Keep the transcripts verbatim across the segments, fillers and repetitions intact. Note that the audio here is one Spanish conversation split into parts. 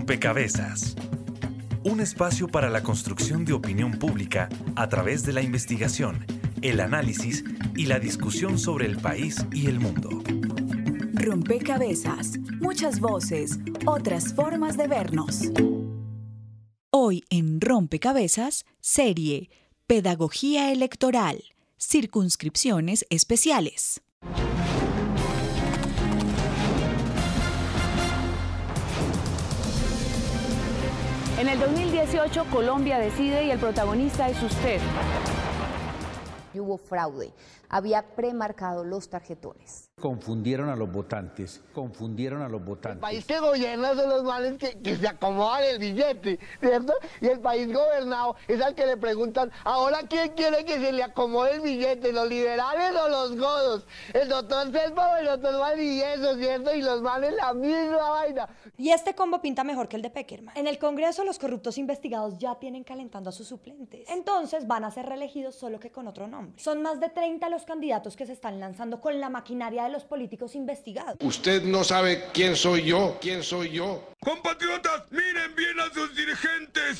Rompecabezas. Un espacio para la construcción de opinión pública a través de la investigación, el análisis y la discusión sobre el país y el mundo. Rompecabezas, muchas voces, otras formas de vernos. Hoy en Rompecabezas, serie Pedagogía Electoral, circunscripciones especiales. En el dos mil dieciocho, Colombia decide y el protagonista es usted. Hubo fraude, había premarcado los tarjetones. Confundieron a los votantes, confundieron a los votantes. El país que gobierna son los males que, que se acomodan el billete, ¿cierto? Y el país gobernado es al que le preguntan, ¿ahora quién quiere que se le acomode el billete, los liberales o los godos? El doctor Selva o el doctor Valdivieso, ¿cierto? Y los males la misma vaina. Y este combo pinta mejor que el de Peckerman. En el Congreso los corruptos investigados ya tienen calentando a sus suplentes. Entonces van a ser reelegidos solo que con otro nombre. Son más de treinta los candidatos que se están lanzando con la maquinaria de los políticos investigados. Usted no sabe quién soy yo, quién soy yo. Compatriotas, miren bien a sus dirigentes.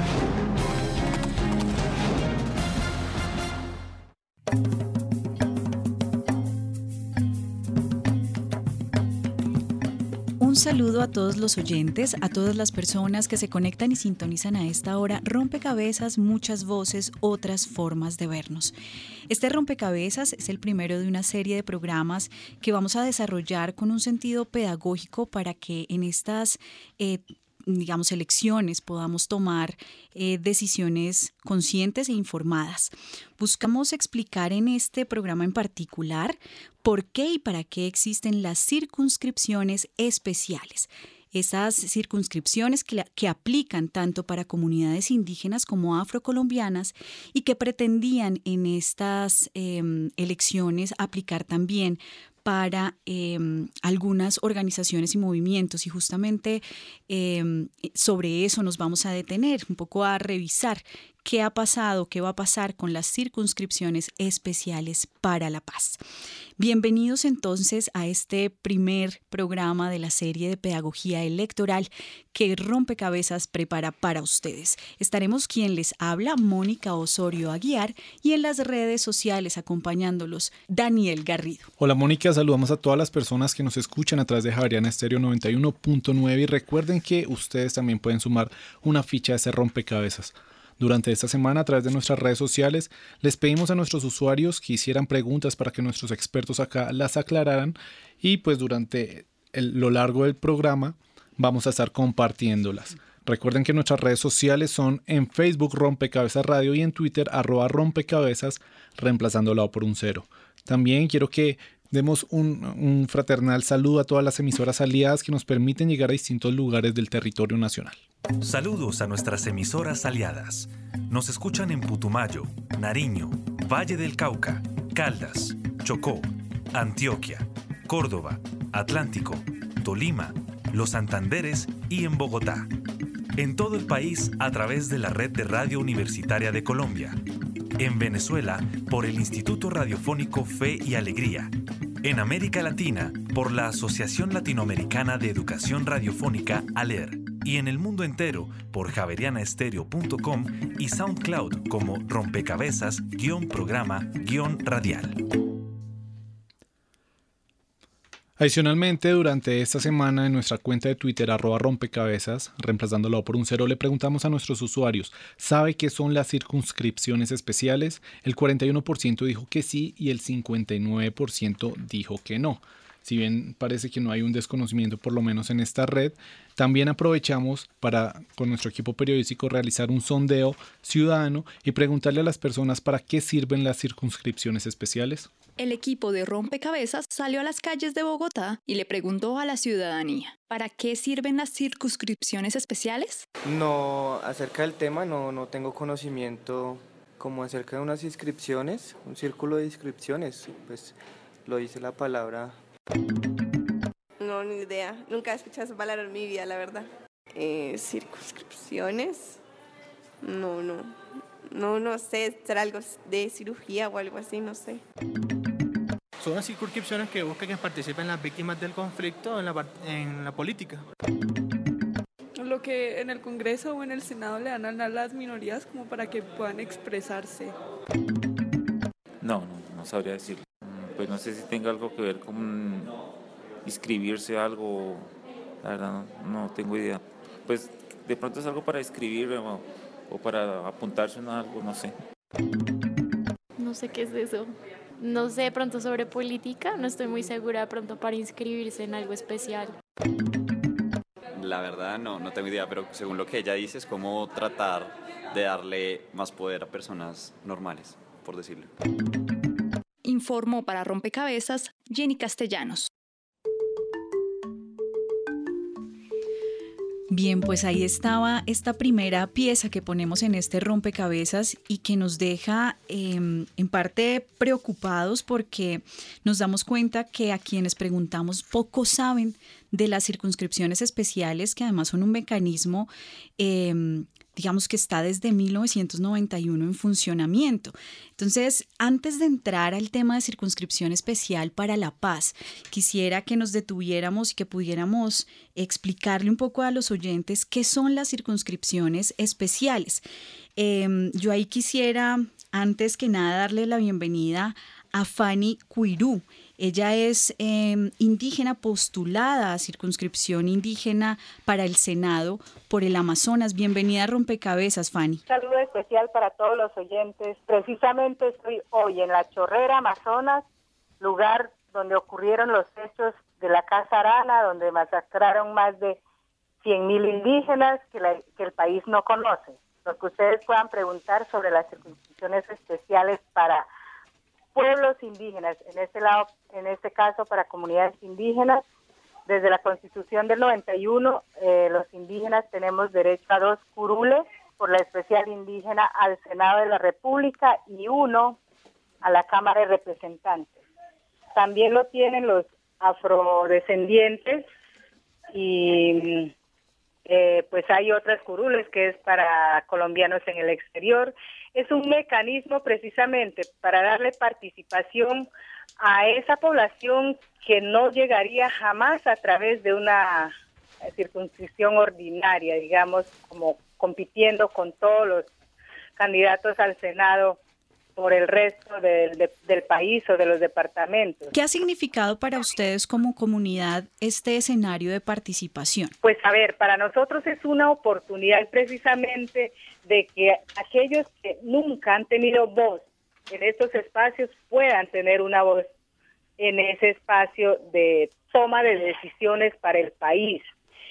Un saludo a todos los oyentes, a todas las personas que se conectan y sintonizan a esta hora. Rompecabezas, muchas voces, otras formas de vernos. Este Rompecabezas es el primero de una serie de programas que vamos a desarrollar con un sentido pedagógico para que en estas eh, digamos, elecciones podamos tomar eh, decisiones conscientes e informadas. Buscamos explicar en este programa en particular por qué y para qué existen las circunscripciones especiales. Esas circunscripciones que, que aplican tanto para comunidades indígenas como afrocolombianas y que pretendían en estas eh, elecciones aplicar también para eh, algunas organizaciones y movimientos, y justamente eh, sobre eso nos vamos a detener, un poco a revisar qué ha pasado, qué va a pasar con las circunscripciones especiales para la paz. Bienvenidos entonces a este primer programa de la serie de pedagogía electoral que Rompecabezas prepara para ustedes. Estaremos quien les habla, Mónica Osorio Aguiar, y en las redes sociales acompañándolos, Daniel Garrido. Hola Mónica, saludamos a todas las personas que nos escuchan a través de Javeriana Estéreo noventa y uno punto nueve y recuerden que ustedes también pueden sumar una ficha de ese rompecabezas. Durante esta semana, a través de nuestras redes sociales, les pedimos a nuestros usuarios que hicieran preguntas para que nuestros expertos acá las aclararan y pues durante el, lo largo del programa vamos a estar compartiéndolas. Recuerden que nuestras redes sociales son en Facebook Rompecabezas Radio y en Twitter arroba Rompecabezas, reemplazándolo por un cero. También quiero que demos un, un fraternal saludo a todas las emisoras aliadas que nos permiten llegar a distintos lugares del territorio nacional. Saludos a nuestras emisoras aliadas. Nos escuchan en Putumayo, Nariño, Valle del Cauca, Caldas, Chocó, Antioquia, Córdoba, Atlántico, Tolima, Los Santanderes y en Bogotá. En todo el país a través de la Red de Radio Universitaria de Colombia. En Venezuela por el Instituto Radiofónico Fe y Alegría. En América Latina por la Asociación Latinoamericana de Educación Radiofónica ALER. Y en el mundo entero por javeriana estéreo punto com y SoundCloud como rompecabezas-programa-radial. Adicionalmente, durante esta semana en nuestra cuenta de Twitter, arroba rompecabezas, reemplazándolo por un cero, le preguntamos a nuestros usuarios, ¿sabe qué son las circunscripciones especiales? El cuarenta y uno por ciento dijo que sí y el cincuenta y nueve por ciento dijo que no. Si bien parece que no hay un desconocimiento, por lo menos en esta red, también aprovechamos para, con nuestro equipo periodístico, realizar un sondeo ciudadano y preguntarle a las personas para qué sirven las circunscripciones especiales. El equipo de Rompecabezas salió a las calles de Bogotá y le preguntó a la ciudadanía, ¿para qué sirven las circunscripciones especiales? No, acerca del tema no, no tengo conocimiento como acerca de unas inscripciones, un círculo de inscripciones, pues lo dice la palabra. No, ni idea. Nunca he escuchado esa palabra en mi vida, la verdad. Eh, circunscripciones. No, no. No, no sé. ¿Será algo de cirugía o algo así? No sé. Son las circunscripciones que buscan que participen las víctimas del conflicto en la, en la política. lo que en el Congreso o en el Senado le dan a las minorías como para que puedan expresarse. No, no, no sabría decirlo. Pues no sé si tenga algo que ver con inscribirse a algo, la verdad no, no tengo idea. Pues de pronto es algo para escribir o, o para apuntarse a algo, no sé. No sé qué es eso. No sé de pronto sobre política, no estoy muy segura de pronto para inscribirse en algo especial. La verdad no, no tengo idea, pero según lo que ella dice es como tratar de darle más poder a personas normales, por decirlo. Informó para Rompecabezas Jenny Castellanos. Bien, pues ahí estaba esta primera pieza que ponemos en este rompecabezas y que nos deja eh, en parte preocupados porque nos damos cuenta que a quienes preguntamos poco saben de las circunscripciones especiales, que además son un mecanismo eh, digamos que está desde mil novecientos noventa y uno en funcionamiento. Entonces, antes de entrar al tema de circunscripción especial para La Paz, quisiera que nos detuviéramos y que pudiéramos explicarle un poco a los oyentes qué son las circunscripciones especiales. Eh, yo ahí quisiera, antes que nada, darle la bienvenida a Fanny Cuirú. Ella es eh, indígena postulada a circunscripción indígena para el Senado por el Amazonas. Bienvenida a Rompecabezas, Fanny. Un saludo especial para todos los oyentes. Precisamente estoy hoy en La Chorrera, Amazonas, lugar donde ocurrieron los hechos de la Casa Arana, donde masacraron más de cien mil indígenas que, la, que el país no conoce. Lo que ustedes puedan preguntar sobre las circunscripciones especiales para pueblos indígenas, en este lado, en este caso para comunidades indígenas. Desde la Constitución del noventa y uno, eh, los indígenas tenemos derecho a dos curules por la especial indígena al Senado de la República y uno a la Cámara de Representantes. También lo tienen los afrodescendientes y eh, pues hay otras curules que es para colombianos en el exterior. Es un mecanismo precisamente para darle participación a esa población que no llegaría jamás a través de una circunscripción ordinaria, digamos, como compitiendo con todos los candidatos al Senado por el resto del, de, del país o de los departamentos. ¿Qué ha significado para ustedes como comunidad este escenario de participación? Pues a ver, para nosotros es una oportunidad precisamente de que aquellos que nunca han tenido voz en estos espacios puedan tener una voz en ese espacio de toma de decisiones para el país.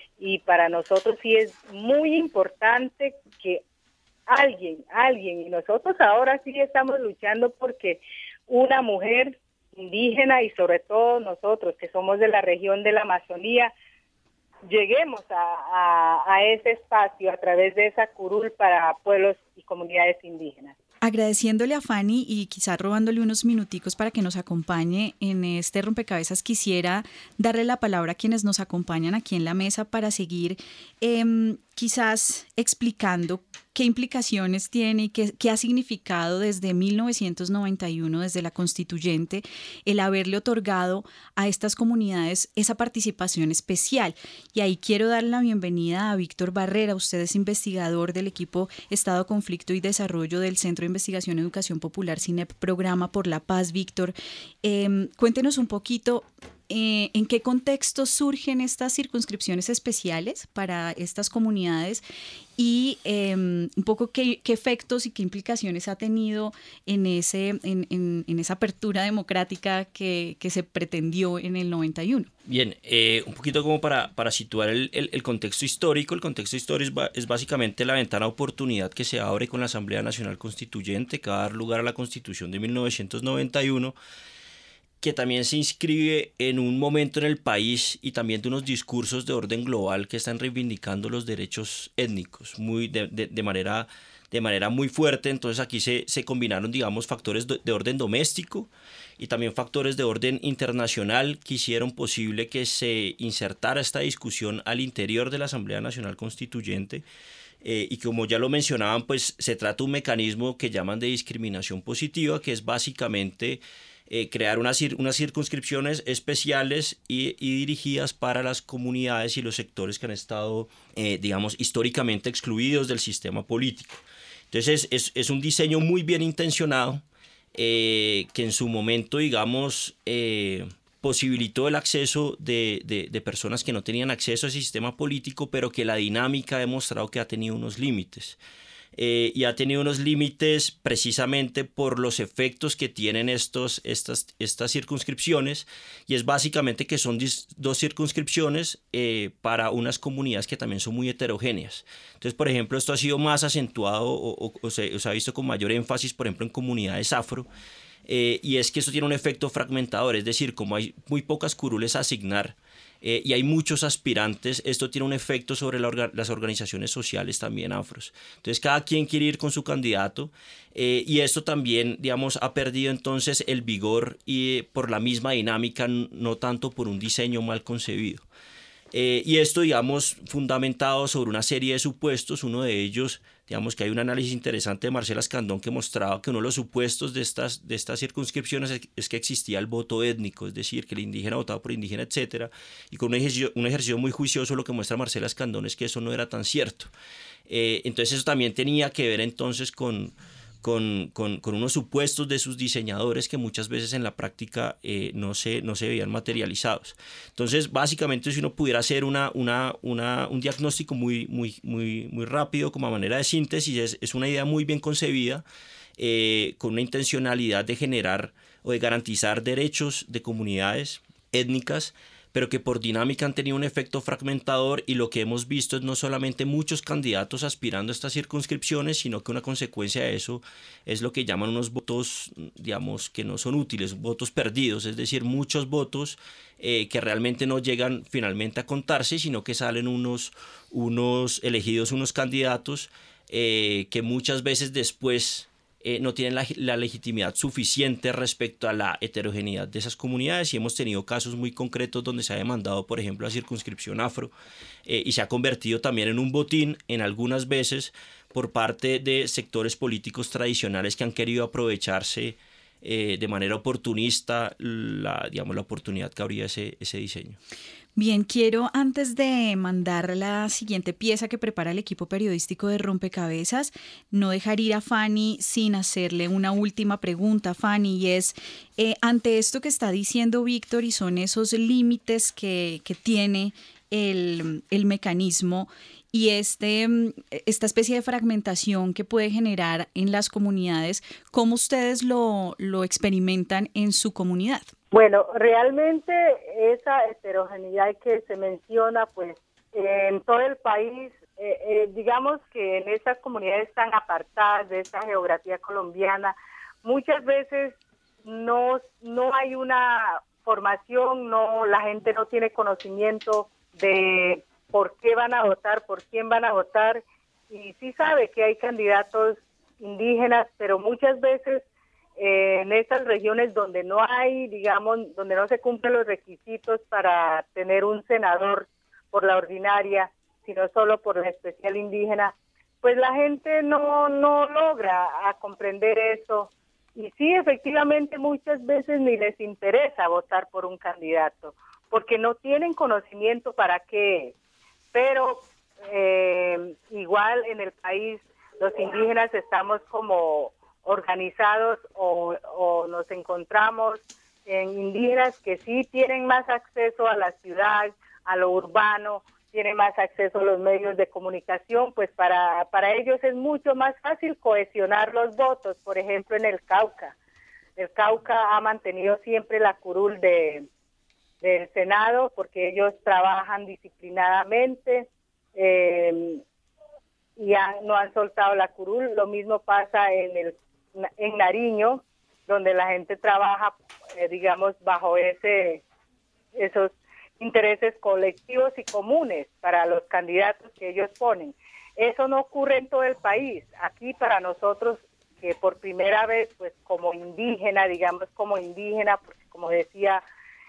Y para nosotros sí es muy importante que alguien, alguien, y nosotros ahora sí estamos luchando porque una mujer indígena y sobre todo nosotros que somos de la región de la Amazonía, lleguemos a, a, a ese espacio a través de esa curul para pueblos y comunidades indígenas. Agradeciéndole a Fanny y quizás robándole unos minuticos para que nos acompañe en este rompecabezas, quisiera darle la palabra a quienes nos acompañan aquí en la mesa para seguir eh, quizás explicando qué implicaciones tiene y qué, qué ha significado desde mil novecientos noventa y uno, desde la constituyente, el haberle otorgado a estas comunidades esa participación especial. Y ahí quiero darle la bienvenida a Víctor Barrera. Usted es investigador del equipo Estado, Conflicto y Desarrollo del Centro de Investigación y Educación Popular CINEP, Programa por la Paz. Víctor, eh, cuéntenos un poquito Eh, ¿en qué contexto surgen estas circunscripciones especiales para estas comunidades y eh, un poco qué, qué efectos y qué implicaciones ha tenido en, ese, en, en, en esa apertura democrática que, que se pretendió en el noventa y uno? Bien, eh, un poquito como para, para situar el, el, el contexto histórico. El contexto histórico es, es básicamente la ventana de oportunidad que se abre con la Asamblea Nacional Constituyente, que va a dar lugar a la Constitución de mil novecientos noventa y uno, que también se inscribe en un momento en el país y también de unos discursos de orden global que están reivindicando los derechos étnicos muy de, de, de, manera, de manera muy fuerte. Entonces aquí se, se combinaron, digamos, factores de, de orden doméstico y también factores de orden internacional que hicieron posible que se insertara esta discusión al interior de la Asamblea Nacional Constituyente. Eh, y como ya lo mencionaban, pues se trata de un mecanismo que llaman de discriminación positiva, que es básicamente eh, crear unas, unas circunscripciones especiales y, y dirigidas para las comunidades y los sectores que han estado, eh, digamos, históricamente excluidos del sistema político. Entonces es, es, es un diseño muy bien intencionado eh, que en su momento, digamos, eh, posibilitó el acceso de, de, de personas que no tenían acceso a ese sistema político, pero que la dinámica ha demostrado que ha tenido unos límites. Eh, y ha tenido unos límites precisamente por los efectos que tienen estos, estas, estas circunscripciones, y es básicamente que son dis, dos circunscripciones eh, para unas comunidades que también son muy heterogéneas. Entonces, por ejemplo, esto ha sido más acentuado o, o, o, se, o se ha visto con mayor énfasis, por ejemplo, en comunidades afro, eh, y es que esto tiene un efecto fragmentador, es decir, como hay muy pocas curules a asignar, Eh, y hay muchos aspirantes, esto tiene un efecto sobre la orga las organizaciones sociales también afros. Entonces cada quien quiere ir con su candidato eh, y esto también, digamos, ha perdido entonces el vigor y eh, por la misma dinámica, no tanto por un diseño mal concebido. Eh, y esto, digamos, fundamentado sobre una serie de supuestos, uno de ellos, digamos que hay un análisis interesante de Marcela Escandón que mostraba que uno de los supuestos de estas, de estas circunscripciones es, es que existía el voto étnico, es decir, que el indígena votaba por indígena, etcétera, y con un ejercicio, un ejercicio muy juicioso lo que muestra Marcela Escandón es que eso no era tan cierto. Eh, entonces eso también tenía que ver entonces con... Con, con, con unos supuestos de sus diseñadores que muchas veces en la práctica eh, no, se, no se veían materializados. Entonces, básicamente, si uno pudiera hacer una, una, una, un diagnóstico muy, muy, muy, muy rápido como manera de síntesis, es, es una idea muy bien concebida, eh, con una intencionalidad de generar o de garantizar derechos de comunidades étnicas, pero que por dinámica han tenido un efecto fragmentador, y lo que hemos visto es no solamente muchos candidatos aspirando a estas circunscripciones, sino que una consecuencia de eso es lo que llaman unos votos, digamos, que no son útiles, votos perdidos, es decir, muchos votos eh, que realmente no llegan finalmente a contarse, sino que salen unos, unos elegidos, unos candidatos eh, que muchas veces después Eh, no tienen la, la legitimidad suficiente respecto a la heterogeneidad de esas comunidades, y hemos tenido casos muy concretos donde se ha demandado, por ejemplo, la circunscripción afro eh, y se ha convertido también en un botín en algunas veces por parte de sectores políticos tradicionales que han querido aprovecharse eh, de manera oportunista la, digamos, la oportunidad que habría ese, ese diseño. Bien, quiero, antes de mandar la siguiente pieza que prepara el equipo periodístico de Rompecabezas, no dejar ir a Fanny sin hacerle una última pregunta, Fanny, y es, eh, ante esto que está diciendo Víctor, y son esos límites que, que tiene el, el mecanismo, y este, esta especie de fragmentación que puede generar en las comunidades, ¿cómo ustedes lo, lo experimentan en su comunidad? Bueno, realmente esa heterogeneidad que se menciona, pues en todo el país, eh, eh, digamos que en esas comunidades tan apartadas de esta geografía colombiana, muchas veces no, no hay una formación, no, la gente no tiene conocimiento de por qué van a votar, por quién van a votar, y sí sabe que hay candidatos indígenas, pero muchas veces eh, en estas regiones donde no hay, digamos, donde no se cumplen los requisitos para tener un senador por la ordinaria, sino solo por la especial indígena, pues la gente no, no logra a comprender eso, y sí, efectivamente, muchas veces ni les interesa votar por un candidato, porque no tienen conocimiento para qué. Pero eh, igual en el país los indígenas estamos como organizados o, o nos encontramos en indígenas que sí tienen más acceso a la ciudad, a lo urbano, tienen más acceso a los medios de comunicación, pues para, para ellos es mucho más fácil cohesionar los votos. Por ejemplo, en el Cauca. El Cauca ha mantenido siempre la curul de del Senado, porque ellos trabajan disciplinadamente eh, y han, no han soltado la curul. Lo mismo pasa en el en Nariño, donde la gente trabaja, eh, digamos, bajo ese esos intereses colectivos y comunes para los candidatos que ellos ponen. Eso no ocurre en todo el país. Aquí para nosotros, que por primera vez, pues como indígena, digamos como indígena, porque como decía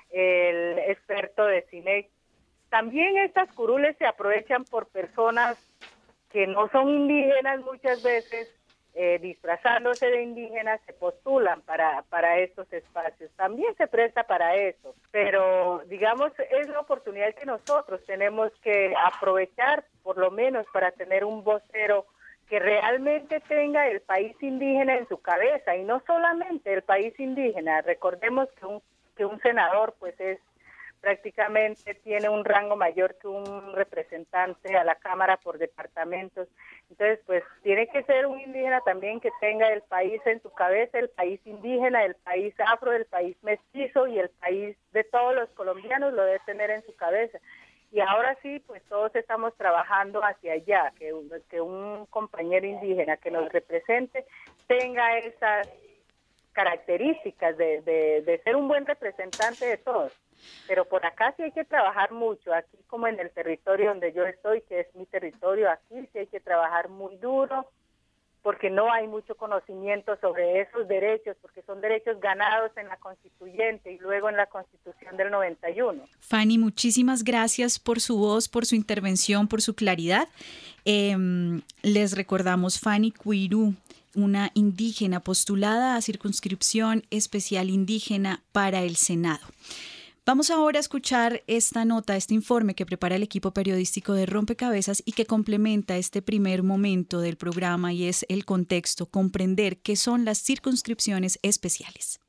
el experto de cine, también estas curules se aprovechan por personas que no son indígenas muchas veces eh, disfrazándose de indígenas, se postulan para, para estos espacios. También se presta para eso, pero digamos es la oportunidad que nosotros tenemos que aprovechar, por lo menos para tener un vocero que realmente tenga el país indígena en su cabeza, y no solamente el país indígena. Recordemos que un, que un senador pues es prácticamente tiene un rango mayor que un representante a la Cámara por departamentos. Entonces, pues tiene que ser un indígena también que tenga el país en su cabeza, el país indígena, el país afro, el país mestizo y el país de todos los colombianos lo debe tener en su cabeza. Y ahora sí, pues todos estamos trabajando hacia allá, que, que un compañero indígena que nos represente tenga esas características de, de, de ser un buen representante de todos. Pero por acá sí hay que trabajar mucho, aquí como en el territorio donde yo estoy, que es mi territorio, aquí sí hay que trabajar muy duro, porque no hay mucho conocimiento sobre esos derechos, porque son derechos ganados en la Constituyente y luego en la Constitución del noventa y uno. Fanny, muchísimas gracias por su voz, por su intervención, por su claridad. Eh, les recordamos Fanny Cuirú, una indígena postulada a circunscripción especial indígena para el Senado. Vamos ahora a escuchar esta nota, este informe que prepara el equipo periodístico de Rompecabezas y que complementa este primer momento del programa, y es el contexto, comprender qué son las circunscripciones especiales.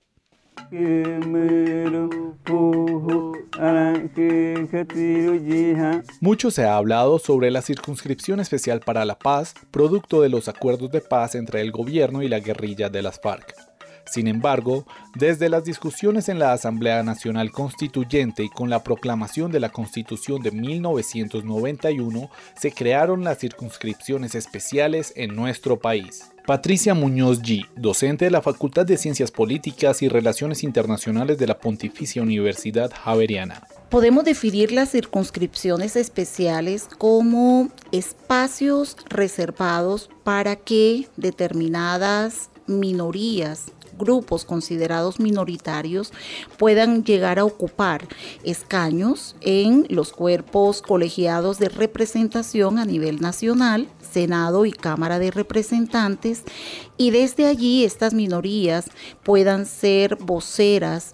Mucho se ha hablado sobre la circunscripción especial para la paz, producto de los acuerdos de paz entre el gobierno y la guerrilla de las FARC. Sin embargo, desde las discusiones en la Asamblea Nacional Constituyente y con la proclamación de la Constitución de mil novecientos noventa y uno, se crearon las circunscripciones especiales en nuestro país. Patricia Muñoz G., docente de la Facultad de Ciencias Políticas y Relaciones Internacionales de la Pontificia Universidad Javeriana. Podemos definir las circunscripciones especiales como espacios reservados para que determinadas minorías, grupos considerados minoritarios, puedan llegar a ocupar escaños en los cuerpos colegiados de representación a nivel nacional, Senado y Cámara de Representantes, y desde allí estas minorías puedan ser voceras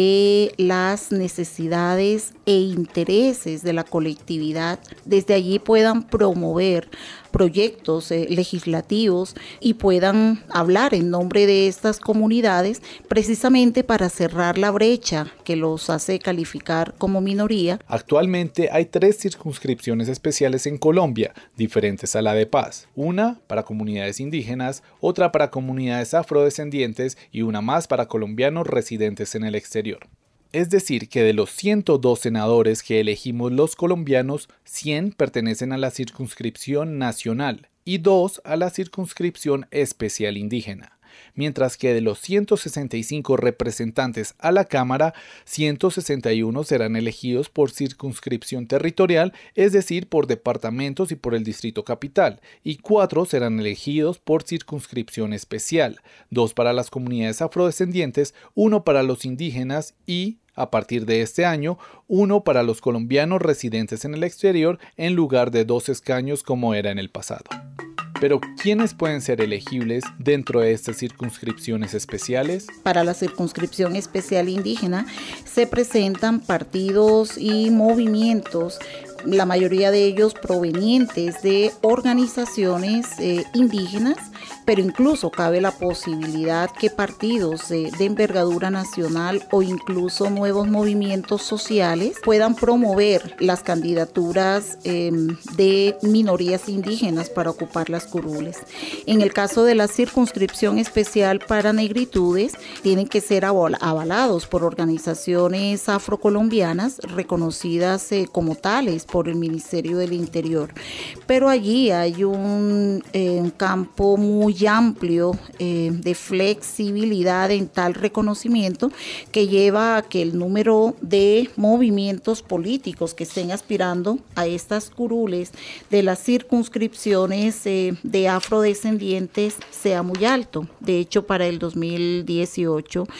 de las necesidades e intereses de la colectividad, desde allí puedan promover proyectos eh, legislativos y puedan hablar en nombre de estas comunidades, precisamente para cerrar la brecha que los hace calificar como minoría. Actualmente hay tres circunscripciones especiales en Colombia, diferentes a la de paz. Una para comunidades indígenas, otra para comunidades afrodescendientes y una más para colombianos residentes en el exterior. Es decir, que de los ciento dos senadores que elegimos los colombianos, cien pertenecen a la circunscripción nacional y dos a la circunscripción especial indígena, mientras que de los ciento sesenta y cinco representantes a la Cámara, ciento sesenta y uno serán elegidos por circunscripción territorial, es decir, por departamentos y por el Distrito Capital, y cuatro serán elegidos por circunscripción especial, dos para las comunidades afrodescendientes, uno para los indígenas y, a partir de este año, uno para los colombianos residentes en el exterior en lugar de dos escaños como era en el pasado. Pero, ¿quiénes pueden ser elegibles dentro de estas circunscripciones especiales? Para la circunscripción especial indígena se presentan partidos y movimientos, la mayoría de ellos provenientes de organizaciones eh, indígenas, pero incluso cabe la posibilidad que partidos eh, de envergadura nacional o incluso nuevos movimientos sociales puedan promover las candidaturas eh, de minorías indígenas para ocupar las curules. En el caso de la circunscripción especial para negritudes, tienen que ser avalados por organizaciones afrocolombianas reconocidas eh, como tales por el Ministerio del Interior. Pero allí hay un, eh, un campo muy amplio eh, de flexibilidad en tal reconocimiento que lleva a que el número de movimientos políticos que estén aspirando a estas curules de las circunscripciones eh, de afrodescendientes sea muy alto. De hecho, para el dos mil dieciocho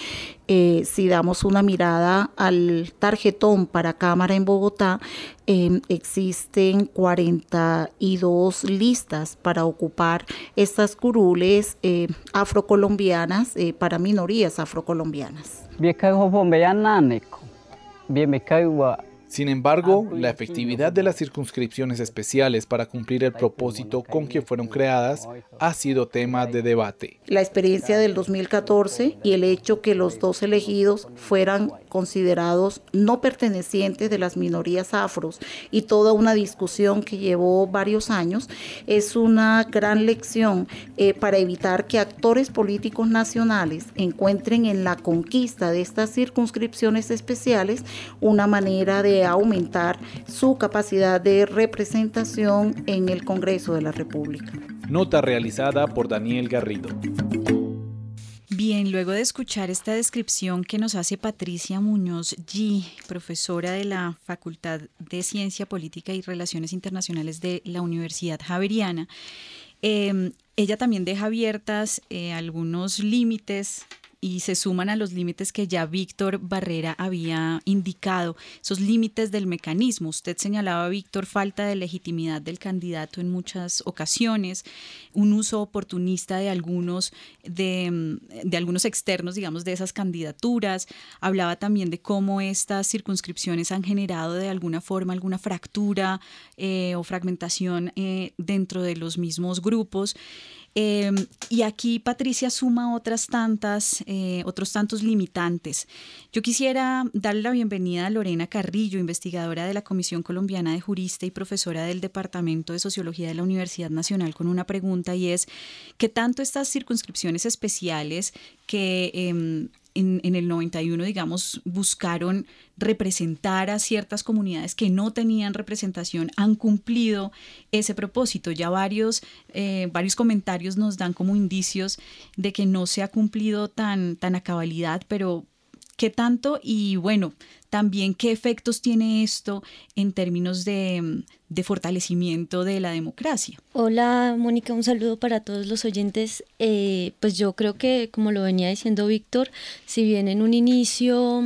Eh, si damos una mirada al tarjetón para Cámara en Bogotá, eh, existen cuarenta y dos listas para ocupar estas curules eh, afrocolombianas eh, para minorías afrocolombianas. Sin embargo, la efectividad de las circunscripciones especiales para cumplir el propósito con que fueron creadas ha sido tema de debate. La experiencia del dos mil catorce y el hecho que los dos elegidos fueran considerados no pertenecientes de las minorías afros y toda una discusión que llevó varios años es una gran lección eh, para evitar que actores políticos nacionales encuentren en la conquista de estas circunscripciones especiales una manera de aumentar su capacidad de representación en el Congreso de la República. Nota realizada por Daniel Garrido. Bien, luego de escuchar esta descripción que nos hace Patricia Muñoz G., profesora de la Facultad de Ciencia Política y Relaciones Internacionales de la Universidad Javeriana, eh, ella también deja abiertas eh, algunos límites y se suman a los límites que ya Víctor Barrera había indicado, esos límites del mecanismo. Usted señalaba, Víctor, falta de legitimidad del candidato en muchas ocasiones, un uso oportunista de algunos, de, de algunos externos, digamos, de esas candidaturas. Hablaba también de cómo estas circunscripciones han generado de alguna forma alguna fractura eh, o fragmentación eh, dentro de los mismos grupos. Eh, y aquí Patricia suma otras tantas, eh, otros tantos limitantes. Yo quisiera darle la bienvenida a Lorena Carrillo, investigadora de la Comisión Colombiana de Jurista y profesora del Departamento de Sociología de la Universidad Nacional, con una pregunta, y es ¿qué tanto estas circunscripciones especiales que eh, en, en el noventa y uno, digamos, buscaron representar a ciertas comunidades que no tenían representación han cumplido ese propósito? Ya varios, eh, varios comentarios nos dan como indicios de que no se ha cumplido tan, tan a cabalidad, pero ¿qué tanto? Y bueno, también ¿qué efectos tiene esto en términos de, de fortalecimiento de la democracia? Hola Mónica, un saludo para todos los oyentes. Eh, pues yo creo que, como lo venía diciendo Víctor, si bien en un inicio,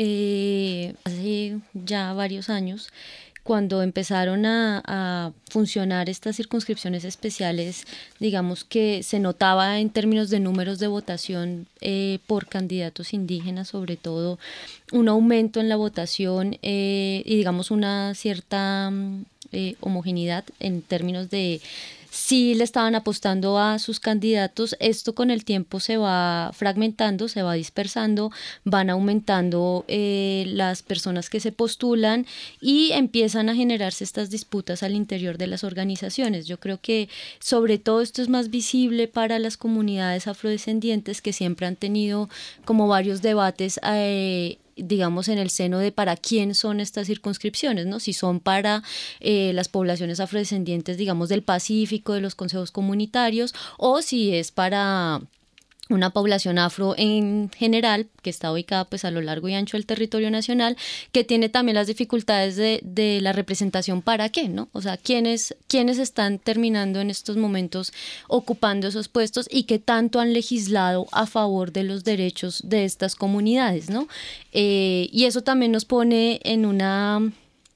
eh, hace ya varios años, cuando empezaron a, a funcionar estas circunscripciones especiales, digamos que se notaba en términos de números de votación eh, por candidatos indígenas, sobre todo, un aumento en la votación eh, y digamos una cierta eh, homogeneidad en términos de si le estaban apostando a sus candidatos. Esto con el tiempo se va fragmentando, se va dispersando, van aumentando eh, las personas que se postulan y empiezan a generarse estas disputas al interior de las organizaciones. Yo creo que sobre todo esto es más visible para las comunidades afrodescendientes, que siempre han tenido como varios debates eh, digamos, en el seno de para quién son estas circunscripciones, ¿no? Si son para eh, las poblaciones afrodescendientes, digamos, del Pacífico, de los consejos comunitarios, o si es para una población afro en general, que está ubicada pues a lo largo y ancho del territorio nacional, que tiene también las dificultades de, de la representación para qué, ¿no? O sea, ¿quiénes, quiénes están terminando en estos momentos ocupando esos puestos y qué tanto han legislado a favor de los derechos de estas comunidades, ¿no? Eh, y eso también nos pone en una,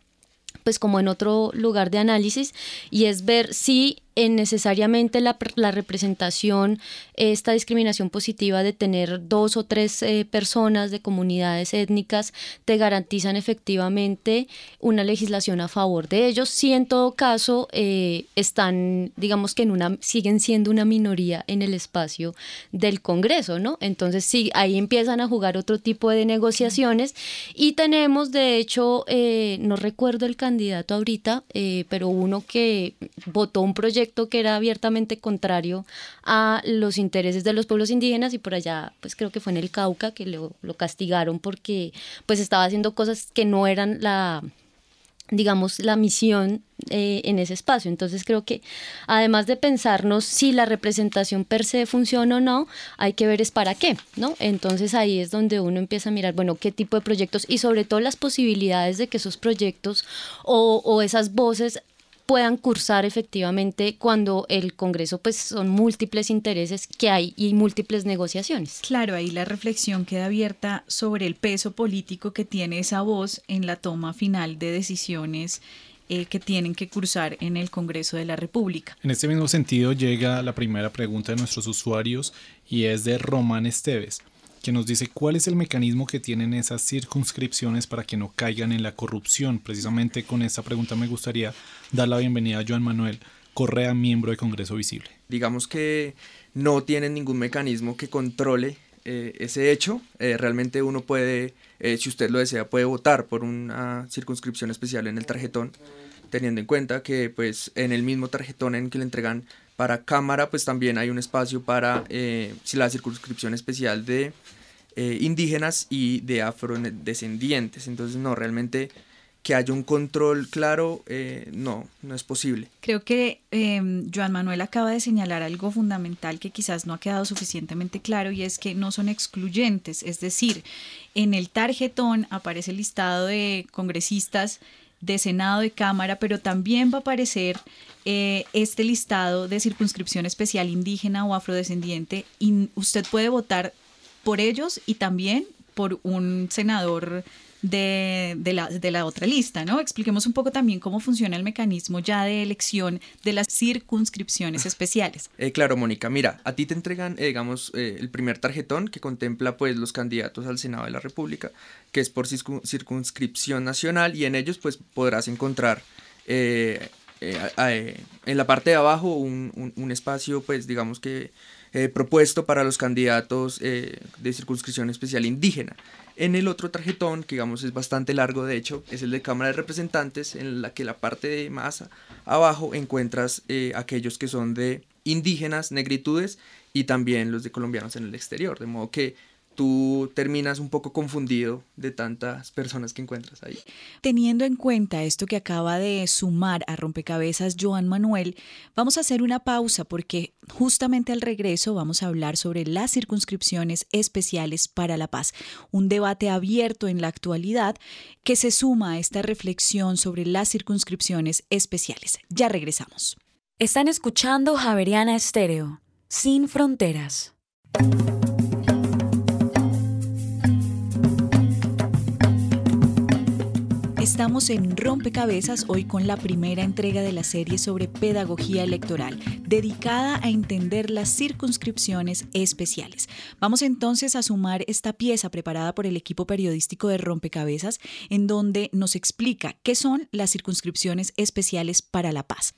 pues como en otro lugar de análisis, y es ver si en necesariamente la, la representación, esta discriminación positiva de tener dos o tres eh, personas de comunidades étnicas te garantizan efectivamente una legislación a favor de ellos, si en todo caso eh, están, digamos que en una, siguen siendo una minoría en el espacio del Congreso, ¿no? Entonces sí, ahí empiezan a jugar otro tipo de negociaciones y tenemos de hecho, eh, no recuerdo el candidato ahorita, eh, pero uno que votó un proyecto que era abiertamente contrario a los intereses de los pueblos indígenas, y por allá pues creo que fue en el Cauca que lo, lo castigaron porque pues estaba haciendo cosas que no eran la, digamos, la misión eh, en ese espacio. Entonces creo que además de pensarnos si la representación per se funciona o no, hay que ver es para qué, ¿no? Entonces ahí es donde uno empieza a mirar, bueno, qué tipo de proyectos y sobre todo las posibilidades de que esos proyectos o, o esas voces puedan cursar efectivamente cuando el Congreso pues son múltiples intereses que hay y múltiples negociaciones. Claro, ahí la reflexión queda abierta sobre el peso político que tiene esa voz en la toma final de decisiones eh, que tienen que cursar en el Congreso de la República. En este mismo sentido llega la primera pregunta de nuestros usuarios y es de Román Esteves, que nos dice cuál es el mecanismo que tienen esas circunscripciones para que no caigan en la corrupción. Precisamente con esta pregunta me gustaría dar la bienvenida a Joan Manuel Correa, miembro de Congreso Visible. Digamos que no tienen ningún mecanismo que controle eh, ese hecho. Eh, realmente uno puede, eh, si usted lo desea, puede votar por una circunscripción especial en el tarjetón, teniendo en cuenta que pues en el mismo tarjetón en que le entregan para Cámara, pues también hay un espacio para eh, la circunscripción especial de eh, indígenas y de afrodescendientes. Entonces, no, realmente que haya un control claro, eh, no, no es posible. Creo que eh, Joan Manuel acaba de señalar algo fundamental que quizás no ha quedado suficientemente claro, y es que no son excluyentes. Es decir, en el tarjetón aparece el listado de congresistas de Senado, de Cámara, pero también va a aparecer eh, este listado de circunscripción especial indígena o afrodescendiente, y usted puede votar por ellos y también por un senador de, de, la, de la otra lista, ¿no? Expliquemos un poco también cómo funciona el mecanismo ya de elección de las circunscripciones especiales. Eh, claro, Mónica, mira, a ti te entregan, eh, digamos, eh, el primer tarjetón que contempla pues los candidatos al Senado de la República, que es por circunscripción nacional, y en ellos pues podrás encontrar eh, eh, eh, en la parte de abajo un, un, un espacio pues digamos que eh, propuesto para los candidatos eh, de circunscripción especial indígena. En el otro tarjetón, que digamos es bastante largo de hecho, es el de Cámara de Representantes, en la que la parte de más abajo encuentras eh, aquellos que son de indígenas, negritudes y también los de colombianos en el exterior, de modo que tú terminas un poco confundido de tantas personas que encuentras ahí. Teniendo en cuenta esto que acaba de sumar a rompecabezas Joan Manuel, vamos a hacer una pausa porque justamente al regreso vamos a hablar sobre las circunscripciones especiales para la paz, un debate abierto en la actualidad que se suma a esta reflexión sobre las circunscripciones especiales. Ya regresamos. Están escuchando Javeriana Estéreo, sin fronteras. Estamos en Rompecabezas hoy con la primera entrega de la serie sobre pedagogía electoral, dedicada a entender las circunscripciones especiales. Vamos entonces a sumar esta pieza preparada por el equipo periodístico de Rompecabezas, en donde nos explica qué son las circunscripciones especiales para la paz.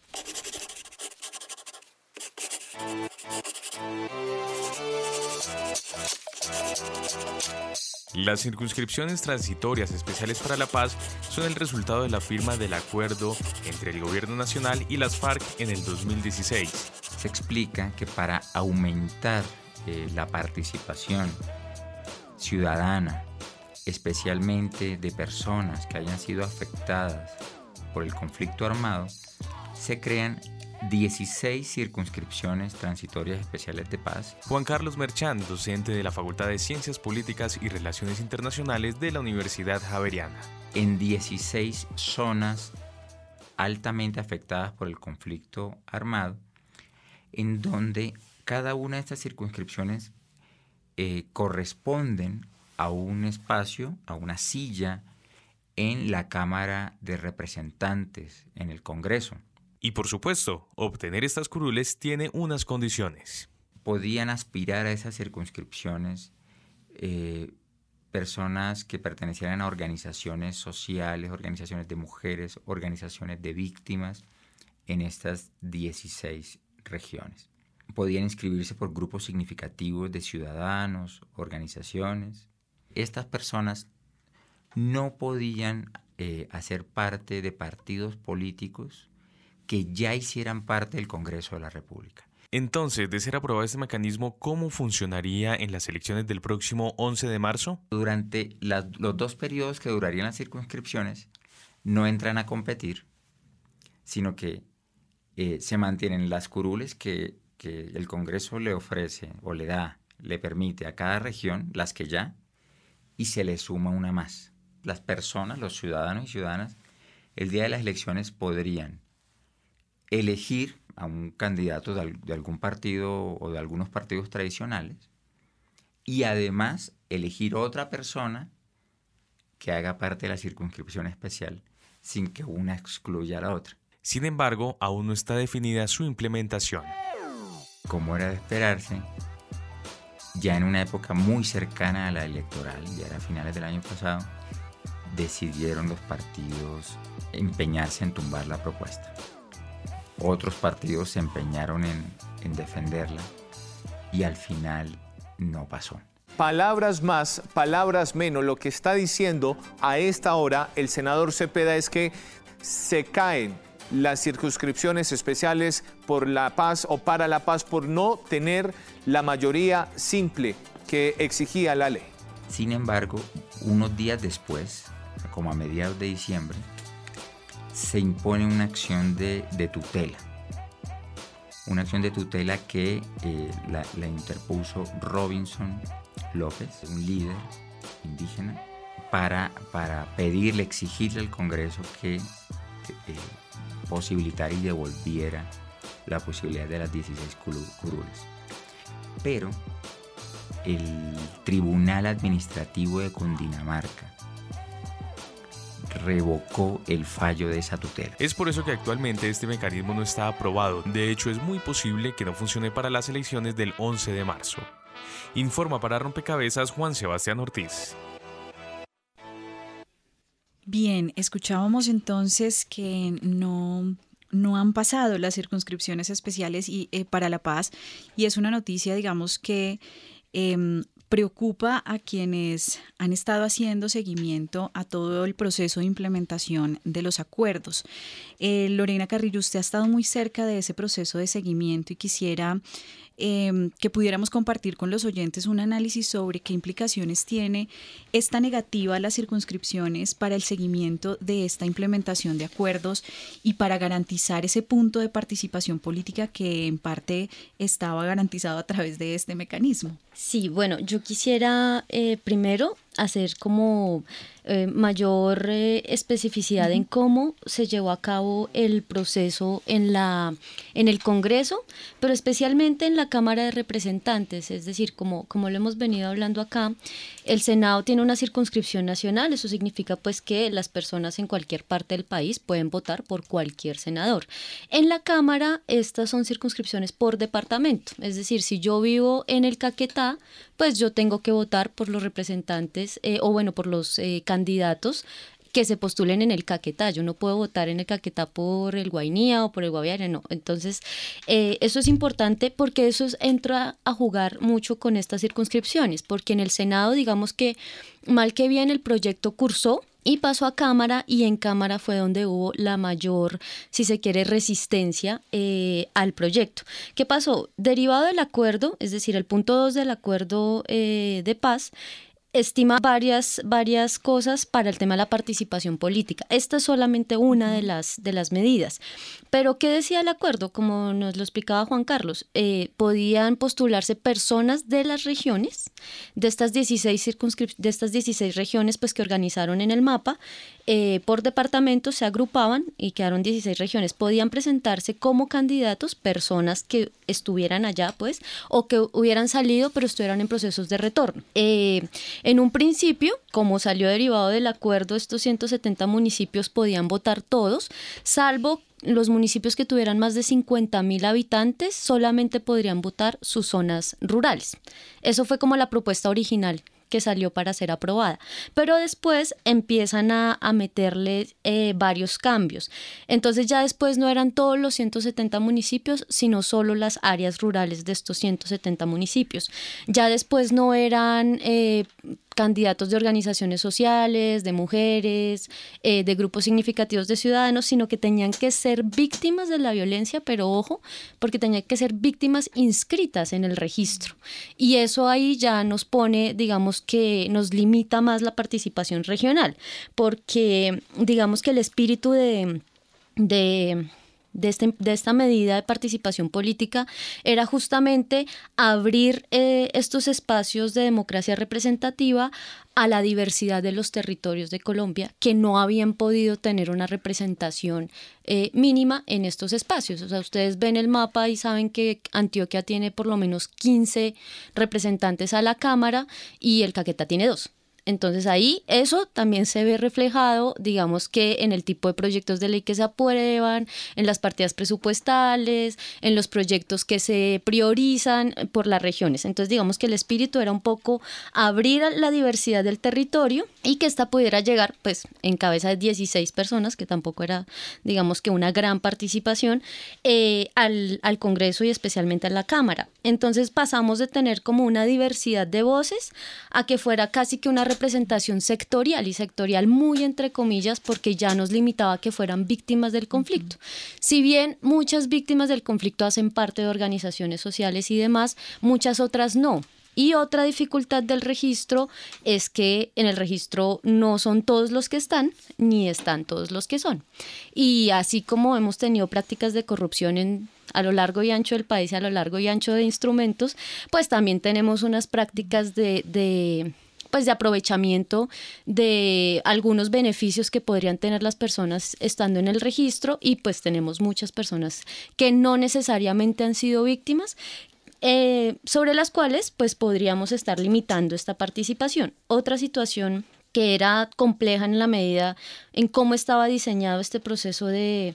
Las circunscripciones transitorias especiales para la paz son el resultado de la firma del acuerdo entre el Gobierno Nacional y las FARC en el dos mil dieciséis. Se explica que para aumentar eh, la participación ciudadana, especialmente de personas que hayan sido afectadas por el conflicto armado, se crean dieciséis circunscripciones transitorias especiales de paz. Juan Carlos Merchán, docente de la Facultad de Ciencias Políticas y Relaciones Internacionales de la Universidad Javeriana. En dieciséis zonas altamente afectadas por el conflicto armado, en donde cada una de estas circunscripciones eh, corresponden a un espacio, a una silla en la Cámara de Representantes, en el Congreso. Y por supuesto, obtener estas curules tiene unas condiciones. Podían aspirar a esas circunscripciones eh, personas que pertenecieran a organizaciones sociales, organizaciones de mujeres, organizaciones de víctimas en estas dieciséis regiones. Podían inscribirse por grupos significativos de ciudadanos, organizaciones. Estas personas no podían eh, hacer parte de partidos políticos que ya hicieran parte del Congreso de la República. Entonces, de ser aprobado este mecanismo, ¿cómo funcionaría en las elecciones del próximo once de marzo? Durante la, los dos periodos que durarían las circunscripciones, no entran a competir, sino que eh, se mantienen las curules que, que el Congreso le ofrece o le da, le permite a cada región, las que ya, y se le suma una más. Las personas, los ciudadanos y ciudadanas, el día de las elecciones podrían elegir a un candidato de, de algún partido o de algunos partidos tradicionales y además elegir otra persona que haga parte de la circunscripción especial sin que una excluya a la otra. Sin embargo, aún no está definida su implementación. Como era de esperarse, ya en una época muy cercana a la electoral, ya era a finales del año pasado, decidieron los partidos empeñarse en tumbar la propuesta. Otros partidos se empeñaron en, en defenderla y al final no pasó. Palabras más, palabras menos. Lo que está diciendo a esta hora el senador Cepeda es que se caen las circunscripciones especiales por la paz o para la paz por no tener la mayoría simple que exigía la ley. Sin embargo, unos días después, como a mediados de diciembre, se impone una acción de, de tutela. Una acción de tutela que eh, la, la interpuso Robinson López, un líder indígena, para, para pedirle, exigirle al Congreso que eh, posibilitara y devolviera la posibilidad de las dieciséis curules. Pero el Tribunal Administrativo de Cundinamarca revocó el fallo de esa tutela. Es por eso que actualmente este mecanismo no está aprobado. De hecho, es muy posible que no funcione para las elecciones del once de marzo. Informa para Rompecabezas Juan Sebastián Ortiz. Bien, escuchábamos entonces que no, no han pasado las circunscripciones especiales y, eh, para la paz, y es una noticia, digamos, que eh, preocupa a quienes han estado haciendo seguimiento a todo el proceso de implementación de los acuerdos. Eh, Lorena Carrillo, usted ha estado muy cerca de ese proceso de seguimiento y quisiera eh, que pudiéramos compartir con los oyentes un análisis sobre qué implicaciones tiene esta negativa a las circunscripciones para el seguimiento de esta implementación de acuerdos y para garantizar ese punto de participación política que en parte estaba garantizado a través de este mecanismo. Sí, bueno, yo quisiera eh, primero hacer como eh, mayor eh, especificidad uh-huh. en cómo se llevó a cabo el proceso en, la, en el Congreso, pero especialmente en la Cámara de Representantes, es decir, como, como lo hemos venido hablando acá, el Senado tiene una circunscripción nacional, eso significa pues que las personas en cualquier parte del país pueden votar por cualquier senador. En la Cámara estas son circunscripciones por departamento, es decir, si yo vivo en el Caquetá, pues yo tengo que votar por los representantes eh, o bueno, por los eh, candidatos que se postulen en el Caquetá. Yo no puedo votar en el Caquetá por el Guainía o por el Guaviare, no. Entonces, eh, eso es importante porque eso es, entra a jugar mucho con estas circunscripciones, porque en el Senado, digamos que mal que bien el proyecto cursó y pasó a Cámara, y en Cámara fue donde hubo la mayor, si se quiere, resistencia eh, al proyecto. ¿Qué pasó? Derivado del acuerdo, es decir, el punto dos del acuerdo eh, de paz, estima varias, varias cosas para el tema de la participación política. Esta es solamente una de las, de las medidas. Pero, ¿qué decía el acuerdo? Como nos lo explicaba Juan Carlos, eh, podían postularse personas de las regiones, de estas dieciséis circunscrip- de estas dieciséis regiones pues, que organizaron en el mapa, eh, por departamento se agrupaban y quedaron dieciséis regiones. Podían presentarse como candidatos personas que estuvieran allá, pues, o que hubieran salido pero estuvieran en procesos de retorno. Eh, En un principio, como salió derivado del acuerdo, estos ciento setenta municipios podían votar todos, salvo los municipios que tuvieran más de cincuenta mil habitantes, solamente podrían votar sus zonas rurales. Eso fue como la propuesta original que salió para ser aprobada. Pero después empiezan a, a meterle eh, varios cambios. Entonces ya después no eran todos los ciento setenta municipios, sino solo las áreas rurales de estos ciento setenta municipios. Ya después no eran eh, candidatos de organizaciones sociales, de mujeres, eh, de grupos significativos de ciudadanos, sino que tenían que ser víctimas de la violencia, pero ojo, porque tenían que ser víctimas inscritas en el registro. Y eso ahí ya nos pone, digamos que nos limita más la participación regional, porque digamos que el espíritu de... de de, este, de esta medida de participación política era justamente abrir eh, estos espacios de democracia representativa a la diversidad de los territorios de Colombia que no habían podido tener una representación eh, mínima en estos espacios. O sea, ustedes ven el mapa y saben que Antioquia tiene por lo menos quince representantes a la Cámara y el Caquetá tiene dos. Entonces ahí eso también se ve reflejado, digamos que en el tipo de proyectos de ley que se aprueban, en las partidas presupuestales, en los proyectos que se priorizan por las regiones. Entonces digamos que el espíritu era un poco abrir la diversidad del territorio y que esta pudiera llegar pues en cabeza de dieciséis personas, que tampoco era digamos que una gran participación, eh, al, al Congreso y especialmente a la Cámara. Entonces pasamos de tener como una diversidad de voces a que fuera casi que una representación sectorial y sectorial muy entre comillas porque ya nos limitaba a que fueran víctimas del conflicto. Si bien muchas víctimas del conflicto hacen parte de organizaciones sociales y demás, muchas otras no. Y otra dificultad del registro es que en el registro no son todos los que están, ni están todos los que son. Y así como hemos tenido prácticas de corrupción en a lo largo y ancho del país y a lo largo y ancho de instrumentos, pues también tenemos unas prácticas de, de, pues de aprovechamiento de algunos beneficios que podrían tener las personas estando en el registro y pues tenemos muchas personas que no necesariamente han sido víctimas, eh, sobre las cuales pues podríamos estar limitando esta participación. Otra situación que era compleja en la medida en cómo estaba diseñado este proceso de,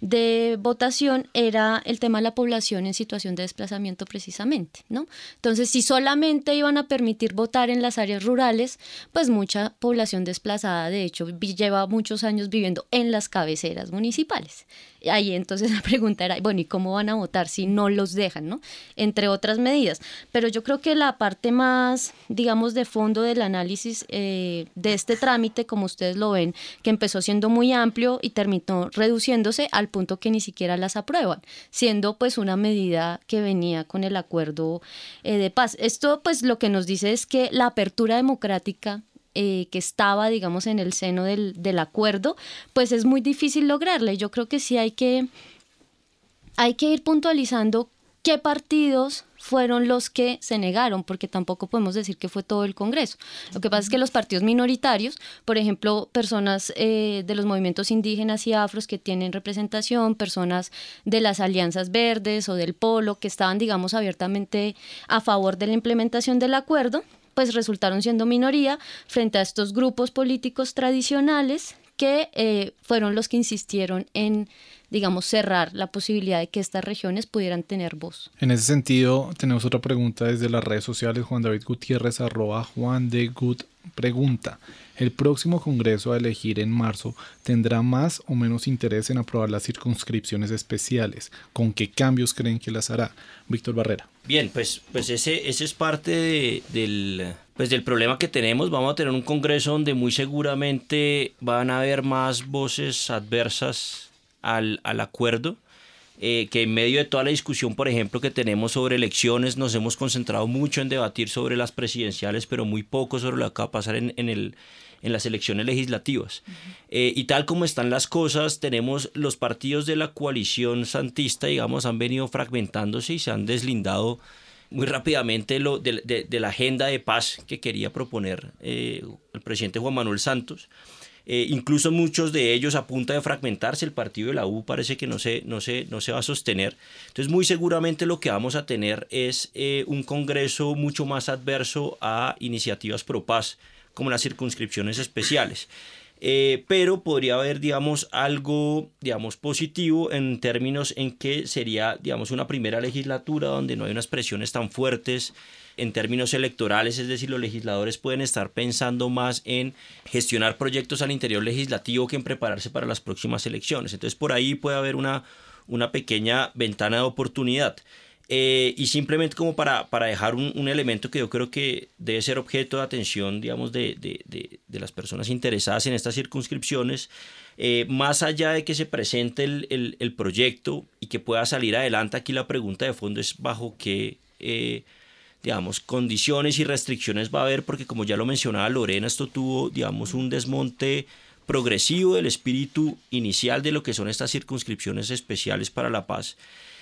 de votación, era el tema de la población en situación de desplazamiento precisamente, ¿no? Entonces, si solamente iban a permitir votar en las áreas rurales, pues mucha población desplazada, de hecho, lleva muchos años viviendo en las cabeceras municipales. Ahí entonces la pregunta era, bueno, ¿y cómo van a votar si no los dejan, ¿no? Entre otras medidas. Pero yo creo que la parte más, digamos, de fondo del análisis eh, de este trámite, como ustedes lo ven, que empezó siendo muy amplio y terminó reduciéndose al punto que ni siquiera las aprueban, siendo pues una medida que venía con el acuerdo eh, de paz. Esto pues lo que nos dice es que la apertura democrática Eh, que estaba, digamos, en el seno del, del acuerdo, pues es muy difícil lograrla. Y yo creo que sí hay que, hay que ir puntualizando qué partidos fueron los que se negaron, porque tampoco podemos decir que fue todo el Congreso. Lo que pasa es que los partidos minoritarios, por ejemplo, personas eh, de los movimientos indígenas y afros que tienen representación, personas de las alianzas verdes o del Polo, que estaban, digamos, abiertamente a favor de la implementación del acuerdo, pues resultaron siendo minoría frente a estos grupos políticos tradicionales que eh, fueron los que insistieron en, digamos, cerrar la posibilidad de que estas regiones pudieran tener voz. En ese sentido, tenemos otra pregunta desde las redes sociales. Juan David Gutiérrez, arroba Juan de Gut, pregunta: ¿el próximo Congreso a elegir en marzo tendrá más o menos interés en aprobar las circunscripciones especiales? ¿Con qué cambios creen que las hará? Víctor Barrera. Bien, pues, pues ese, ese es parte de, del, pues del problema que tenemos. Vamos a tener un Congreso donde muy seguramente van a haber más voces adversas al, al acuerdo, eh, que en medio de toda la discusión, por ejemplo, que tenemos sobre elecciones, nos hemos concentrado mucho en debatir sobre las presidenciales, pero muy poco sobre lo que va a pasar en, en el... en las elecciones legislativas. Uh-huh. Eh, y tal como están las cosas, tenemos los partidos de la coalición santista, digamos, han venido fragmentándose y se han deslindado muy rápidamente lo, de, de, de la agenda de paz que quería proponer eh, el presidente Juan Manuel Santos. Eh, incluso muchos de ellos a punta de fragmentarse, el partido de la U parece que no se, no se, no se va a sostener. Entonces muy seguramente lo que vamos a tener es eh, un Congreso mucho más adverso a iniciativas pro paz, como las circunscripciones especiales. Eh, pero podría haber, digamos, algo, digamos, positivo en términos en que sería, digamos, una primera legislatura donde no hay unas presiones tan fuertes en términos electorales, es decir, los legisladores pueden estar pensando más en gestionar proyectos al interior legislativo que en prepararse para las próximas elecciones. Entonces, por ahí puede haber una, una pequeña ventana de oportunidad. Eh, y simplemente como para, para dejar un, un elemento que yo creo que debe ser objeto de atención, digamos, de, de, de, de las personas interesadas en estas circunscripciones, eh, más allá de que se presente el, el, el proyecto y que pueda salir adelante, aquí la pregunta de fondo es bajo qué, eh, digamos, condiciones y restricciones va a haber, porque como ya lo mencionaba Lorena, esto tuvo, digamos, un desmonte progresivo del espíritu inicial de lo que son estas circunscripciones especiales para la paz.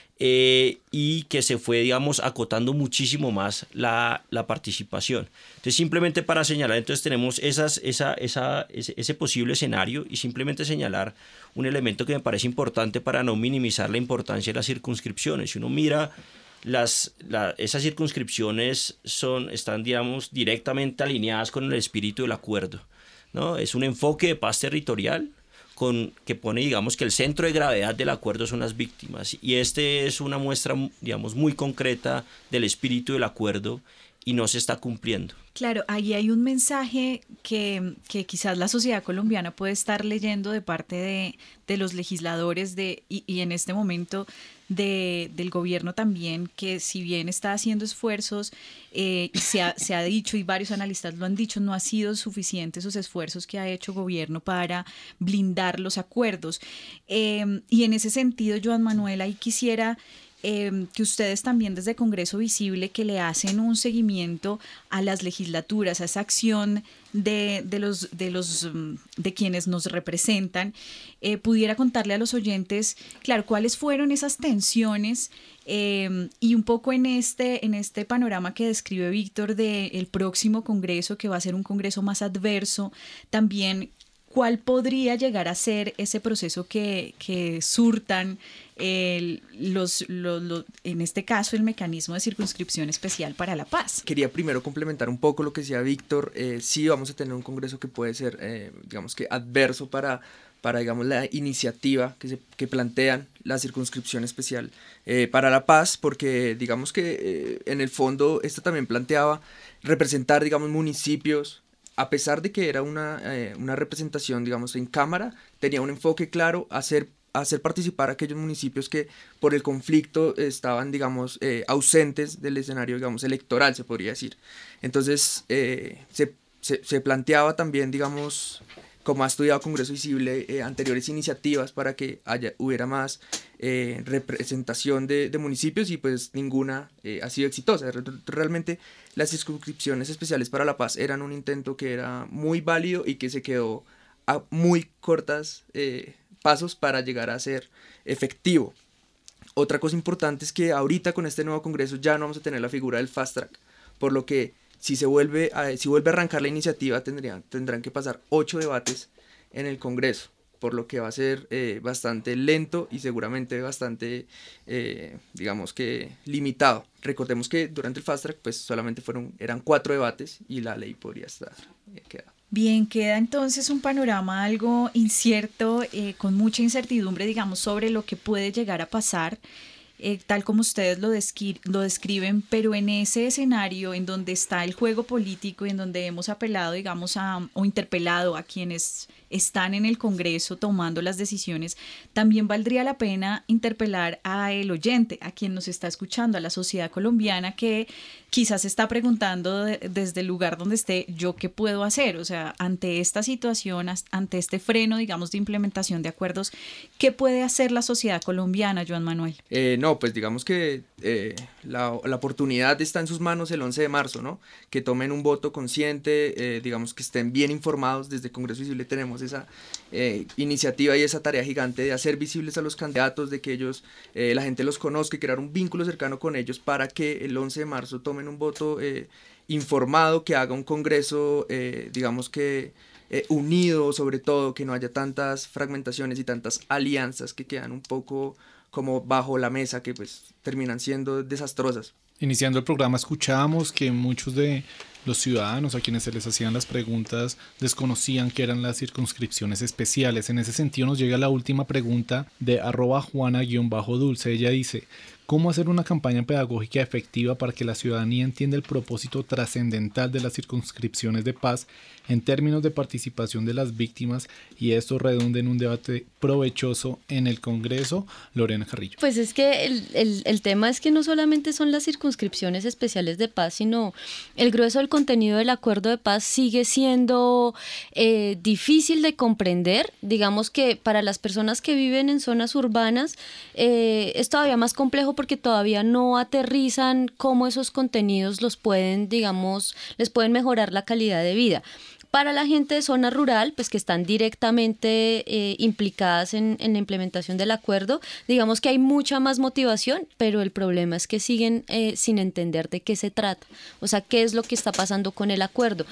Eh, y que se fue, digamos, acotando muchísimo más la, la participación. Entonces, simplemente para señalar, entonces tenemos esas, esa, esa, ese, ese posible escenario y simplemente señalar un elemento que me parece importante para no minimizar la importancia de las circunscripciones. Si uno mira, las, la, esas circunscripciones son, están, digamos, directamente alineadas con el espíritu del acuerdo, ¿no? Es un enfoque de paz territorial con, que pone, digamos, que el centro de gravedad del acuerdo son las víctimas, y este es una muestra, digamos, muy concreta del espíritu del acuerdo y no se está cumpliendo. Claro, ahí hay un mensaje que, que quizás la sociedad colombiana puede estar leyendo de parte de, de los legisladores de, y, y en este momento de, del gobierno también, que si bien está haciendo esfuerzos, eh, y se ha, se ha dicho, y varios analistas lo han dicho, no ha sido suficiente esos esfuerzos que ha hecho el gobierno para blindar los acuerdos. Eh, y en ese sentido, Joan Manuel, ahí quisiera Eh, que ustedes también desde Congreso Visible, que le hacen un seguimiento a las legislaturas, a esa acción de, de, los, de, los, de quienes nos representan, eh, pudiera contarle a los oyentes, claro, cuáles fueron esas tensiones eh, y un poco en este, en este panorama que describe Víctor del próximo Congreso, que va a ser un Congreso más adverso, también cuál podría llegar a ser ese proceso que, que surtan el, los, los, los, en este caso el mecanismo de circunscripción especial para la paz. Quería primero complementar un poco lo que decía Víctor. Eh, sí vamos a tener un congreso que puede ser, eh, digamos que adverso para, para digamos, la iniciativa que, se, que plantean la circunscripción especial eh, para la paz, porque digamos que eh, en el fondo esto también planteaba representar, digamos, municipios. A pesar de que era una, eh, una representación, digamos, en Cámara, tenía un enfoque claro, hacer, hacer participar a aquellos municipios que por el conflicto estaban, digamos, eh, ausentes del escenario, digamos, electoral, se podría decir. Entonces, eh, se, se, se planteaba también, digamos, como ha estudiado Congreso Visible, eh, anteriores iniciativas para que haya, hubiera más eh, representación de, de municipios, y pues ninguna eh, ha sido exitosa. Realmente las circunscripciones especiales para la paz eran un intento que era muy válido y que se quedó a muy cortos eh, pasos para llegar a ser efectivo. Otra cosa importante es que ahorita con este nuevo Congreso ya no vamos a tener la figura del fast track, por lo que si se vuelve a, si vuelve a arrancar la iniciativa tendrían, tendrán que pasar ocho debates en el Congreso, por lo que va a ser eh, bastante lento y seguramente bastante, eh, digamos que limitado. Recordemos que durante el fast track pues solamente fueron, eran cuatro debates y la ley podría estar eh, quedada. Bien, queda entonces un panorama algo incierto, eh, con mucha incertidumbre, digamos, sobre lo que puede llegar a pasar. Eh, tal como ustedes lo, descri- lo describen, pero en ese escenario en donde está el juego político y en donde hemos apelado, digamos, a, o interpelado a quienes están en el Congreso tomando las decisiones, también valdría la pena interpelar a el oyente, a quien nos está escuchando, a la sociedad colombiana que quizás se está preguntando de, desde el lugar donde esté, ¿yo qué puedo hacer? O sea, ante esta situación, ante este freno, digamos, de implementación de acuerdos, ¿qué puede hacer la sociedad colombiana, Joan Manuel? Eh, no, pues digamos que eh, la, la oportunidad está en sus manos el once de marzo, ¿no? Que tomen un voto consciente, eh, digamos que estén bien informados. Desde Congreso Visible tenemos esa eh, iniciativa y esa tarea gigante de hacer visibles a los candidatos, de que ellos, eh, la gente los conozca y crear un vínculo cercano con ellos para que el once de marzo tomen un voto eh, informado, que haga un Congreso, eh, digamos que eh, unido, sobre todo, que no haya tantas fragmentaciones y tantas alianzas que quedan un poco como bajo la mesa, que pues terminan siendo desastrosas. Iniciando el programa escuchábamos que muchos de los ciudadanos a quienes se les hacían las preguntas desconocían que eran las circunscripciones especiales. En ese sentido nos llega la última pregunta de arroba juana-dulce. Ella dice: ¿cómo hacer una campaña pedagógica efectiva para que la ciudadanía entienda el propósito trascendental de las circunscripciones de paz en términos de participación de las víctimas y esto redunde en un debate provechoso en el Congreso? Lorena Carrillo. Pues es que el, el, el tema es que no solamente son las circunscripciones especiales de paz, sino el grueso del contenido del acuerdo de paz sigue siendo eh, difícil de comprender. Digamos que para las personas que viven en zonas urbanas eh, es todavía más complejo porque todavía no aterrizan cómo esos contenidos los pueden, digamos, les pueden mejorar la calidad de vida. Para la gente de zona rural, pues que están directamente eh, implicadas en, en la implementación del acuerdo, digamos que hay mucha más motivación, pero el problema es que siguen eh, sin entender de qué se trata, o sea, qué es lo que está pasando con el acuerdo.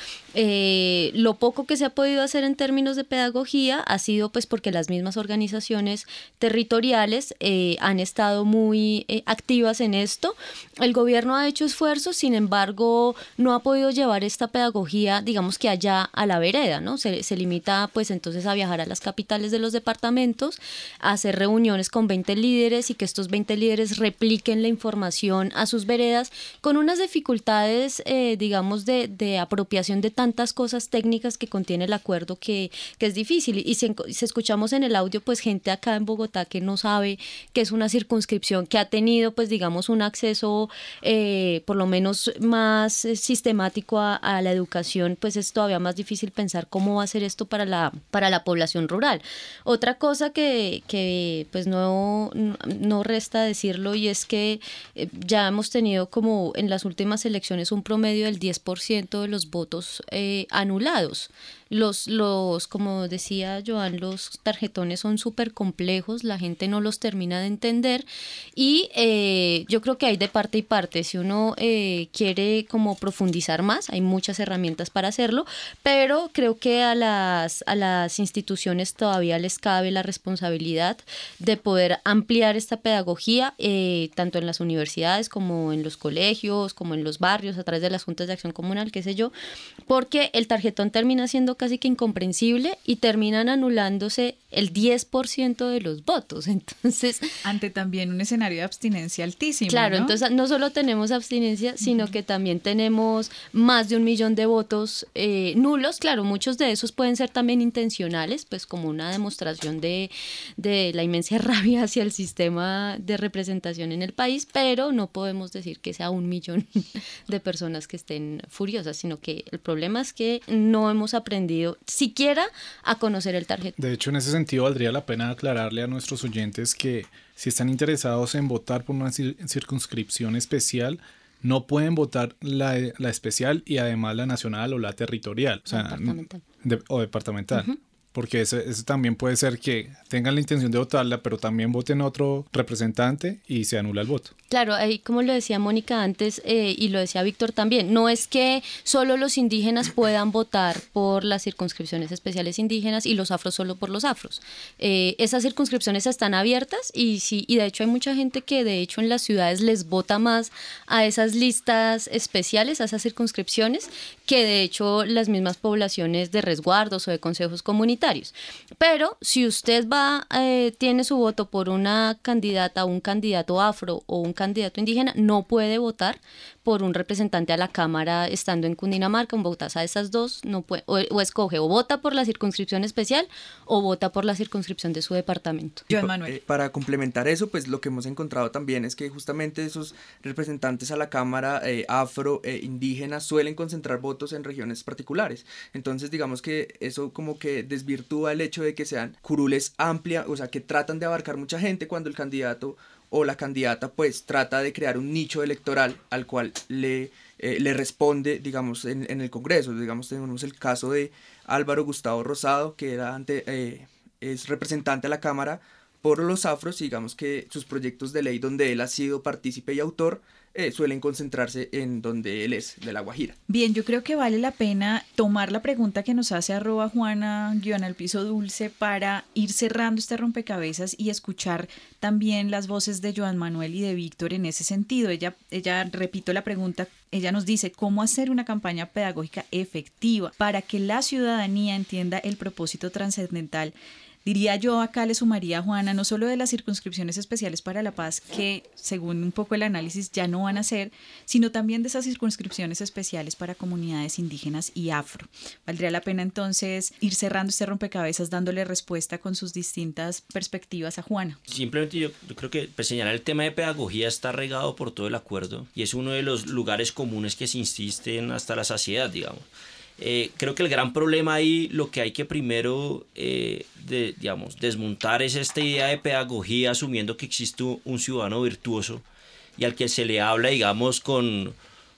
Eh, lo poco que se ha podido hacer en términos de pedagogía ha sido pues porque las mismas organizaciones territoriales eh, han estado muy eh, activas en esto. El gobierno ha hecho esfuerzos, sin embargo, no ha podido llevar esta pedagogía, digamos que allá a la vereda, ¿no? Se, se limita pues entonces a viajar a las capitales de los departamentos, a hacer reuniones con veinte líderes y que estos veinte líderes repliquen la información a sus veredas con unas dificultades, eh, digamos, de, de apropiación de tantas cosas técnicas que contiene el acuerdo que, que es difícil. Y si, si escuchamos en el audio, pues gente acá en Bogotá que no sabe qué es una circunscripción, que ha tenido, pues digamos, un acceso eh, por lo menos más eh, sistemático a, a la educación, pues es todavía más difícil pensar cómo va a ser esto para la, para la población rural. Otra cosa que, que pues no, no resta decirlo, y es que eh, ya hemos tenido como en las últimas elecciones un promedio del diez por ciento de los votos eh, anulados. Los, los, como decía Joan, los tarjetones son súper complejos, la gente no los termina de entender y eh, yo creo que hay de parte y parte. Si uno eh, quiere como profundizar más, hay muchas herramientas para hacerlo, pero creo que a las, a las instituciones todavía les cabe la responsabilidad de poder ampliar esta pedagogía, eh, tanto en las universidades como en los colegios, como en los barrios, a través de las juntas de acción comunal, qué sé yo, porque el tarjetón termina siendo casi que incomprensible y terminan anulándose el diez por ciento de los votos. Entonces, ante también un escenario de abstinencia altísimo. Claro, ¿no? entonces no solo tenemos abstinencia, sino uh-huh. que también tenemos más de un millón de votos eh, nulos. Claro, muchos de esos pueden ser también intencionales, pues como una demostración de, de la inmensa rabia hacia el sistema de representación en el país, pero no podemos decir que sea un millón de personas que estén furiosas, sino que el problema es que no hemos aprendido siquiera a conocer el tarjetón. De hecho, en ese sentido valdría la pena aclararle a nuestros oyentes que si están interesados en votar por una cir- circunscripción especial, no pueden votar la, la especial y además la nacional o la territorial, o sea, departamental. De, o departamental. Uh-huh. Porque ese, ese también puede ser que tengan la intención de votarla, pero también voten otro representante y se anula el voto. Claro, ahí como lo decía Mónica antes eh, y lo decía Víctor también, no es que solo los indígenas puedan votar por las circunscripciones especiales indígenas y los afros solo por los afros. Eh, esas circunscripciones están abiertas y sí, y de hecho hay mucha gente que de hecho en las ciudades les vota más a esas listas especiales, a esas circunscripciones, que de hecho las mismas poblaciones de resguardos o de consejos comunitarios. Pero si usted va, eh, tiene su voto por una candidata, un candidato afro o un candidato indígena, no puede votar por un representante a la Cámara estando en Cundinamarca, o votas a esas dos, no puede, o, o escoge o vota por la circunscripción especial o vota por la circunscripción de su departamento. Joan Manuel. Eh, para complementar eso, pues lo que hemos encontrado también es que justamente esos representantes a la Cámara eh, afro e eh, indígenas suelen concentrar votos en regiones particulares. Entonces, digamos que eso como que desvirtúa el hecho de que sean curules amplia, o sea, que tratan de abarcar mucha gente cuando el candidato o la candidata pues trata de crear un nicho electoral al cual le, eh, le responde, digamos, en, en el Congreso. Digamos, tenemos el caso de Álvaro Gustavo Rosado, que era ante, eh, es representante a la Cámara por los afros, y digamos que sus proyectos de ley donde él ha sido partícipe y autor Eh, suelen concentrarse en donde él es, de La Guajira. Bien, yo creo que vale la pena tomar la pregunta que nos hace arroba Juana guión al piso dulce para ir cerrando este rompecabezas y escuchar también las voces de Joan Manuel y de Víctor en ese sentido. Ella, ella, repito la pregunta, ella nos dice cómo hacer una campaña pedagógica efectiva para que la ciudadanía entienda el propósito trascendental. Diría yo, acá le sumaría a Juana, no solo de las circunscripciones especiales para la paz, que según un poco el análisis ya no van a ser, sino también de esas circunscripciones especiales para comunidades indígenas y afro. Valdría la pena entonces ir cerrando este rompecabezas dándole respuesta con sus distintas perspectivas a Juana. Simplemente yo, yo creo que pues, señalar el tema de pedagogía está regado por todo el acuerdo y es uno de los lugares comunes que se insisten hasta la saciedad, digamos. Eh, creo que el gran problema ahí, lo que hay que primero eh, de, digamos, desmontar es esta idea de pedagogía asumiendo que existe un ciudadano virtuoso y al que se le habla, digamos, con,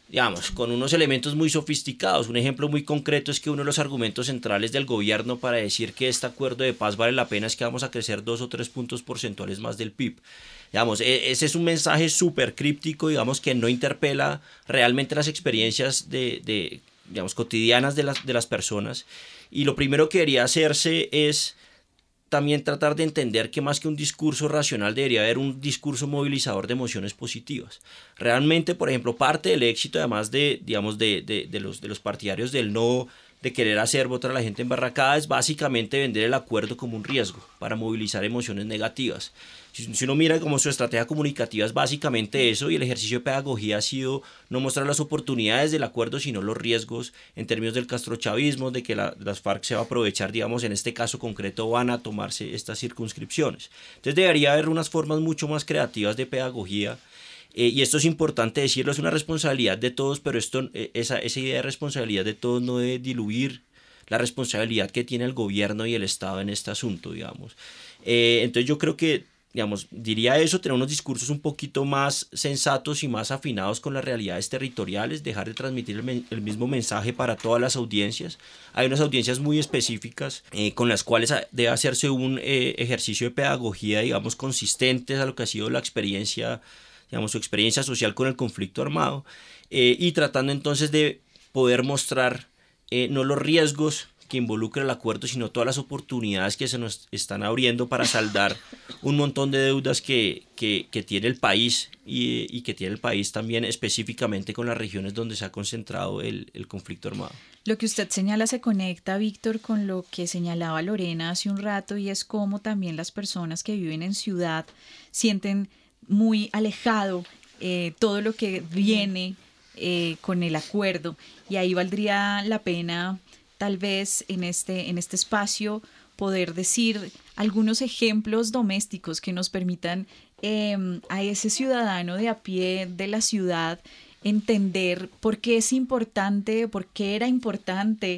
digamos, con unos elementos muy sofisticados. Un ejemplo muy concreto es que uno de los argumentos centrales del gobierno para decir que este acuerdo de paz vale la pena es que vamos a crecer dos o tres puntos porcentuales más del P I B. Digamos, ese es un mensaje súper críptico, digamos, que no interpela realmente las experiencias de, de, digamos, cotidianas de las, de las personas. Y lo primero que debería hacerse es también tratar de entender que más que un discurso racional debería haber un discurso movilizador de emociones positivas. Realmente, por ejemplo, parte del éxito, además de, digamos, de, de, de, los, de los partidarios del no, de querer hacer votar a la gente embarracada, es básicamente vender el acuerdo como un riesgo para movilizar emociones negativas. Si, si uno mira como su estrategia comunicativa es básicamente eso, y el ejercicio de pedagogía ha sido no mostrar las oportunidades del acuerdo, sino los riesgos en términos del castrochavismo, de que la, las FARC se va a aprovechar, digamos, en este caso concreto van a tomarse estas circunscripciones. Entonces debería haber unas formas mucho más creativas de pedagogía. Eh, y esto es importante decirlo, es una responsabilidad de todos, pero esto, eh, esa, esa idea de responsabilidad de todos no debe diluir la responsabilidad que tiene el gobierno y el Estado en este asunto, digamos. Eh, entonces yo creo que, digamos, diría eso, tener unos discursos un poquito más sensatos y más afinados con las realidades territoriales, dejar de transmitir el, el mismo mensaje para todas las audiencias. Hay unas audiencias muy específicas eh, con las cuales debe hacerse un eh, ejercicio de pedagogía, digamos, consistentes a lo que ha sido la experiencia, digamos, su experiencia social con el conflicto armado, eh, y tratando entonces de poder mostrar eh, no los riesgos que involucra el acuerdo, sino todas las oportunidades que se nos están abriendo para saldar un montón de deudas que, que, que tiene el país y, y que tiene el país también específicamente con las regiones donde se ha concentrado el, el conflicto armado. Lo que usted señala se conecta, Víctor, con lo que señalaba Lorena hace un rato, y es cómo también las personas que viven en ciudad sienten muy alejado eh, todo lo que viene eh, con el acuerdo, y ahí valdría la pena tal vez en este, en este espacio poder decir algunos ejemplos domésticos que nos permitan eh, a ese ciudadano de a pie de la ciudad entender por qué es importante, por qué era importante,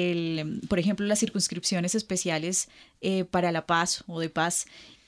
el, por ejemplo, las circunscripciones especiales eh, para la paz o de paz,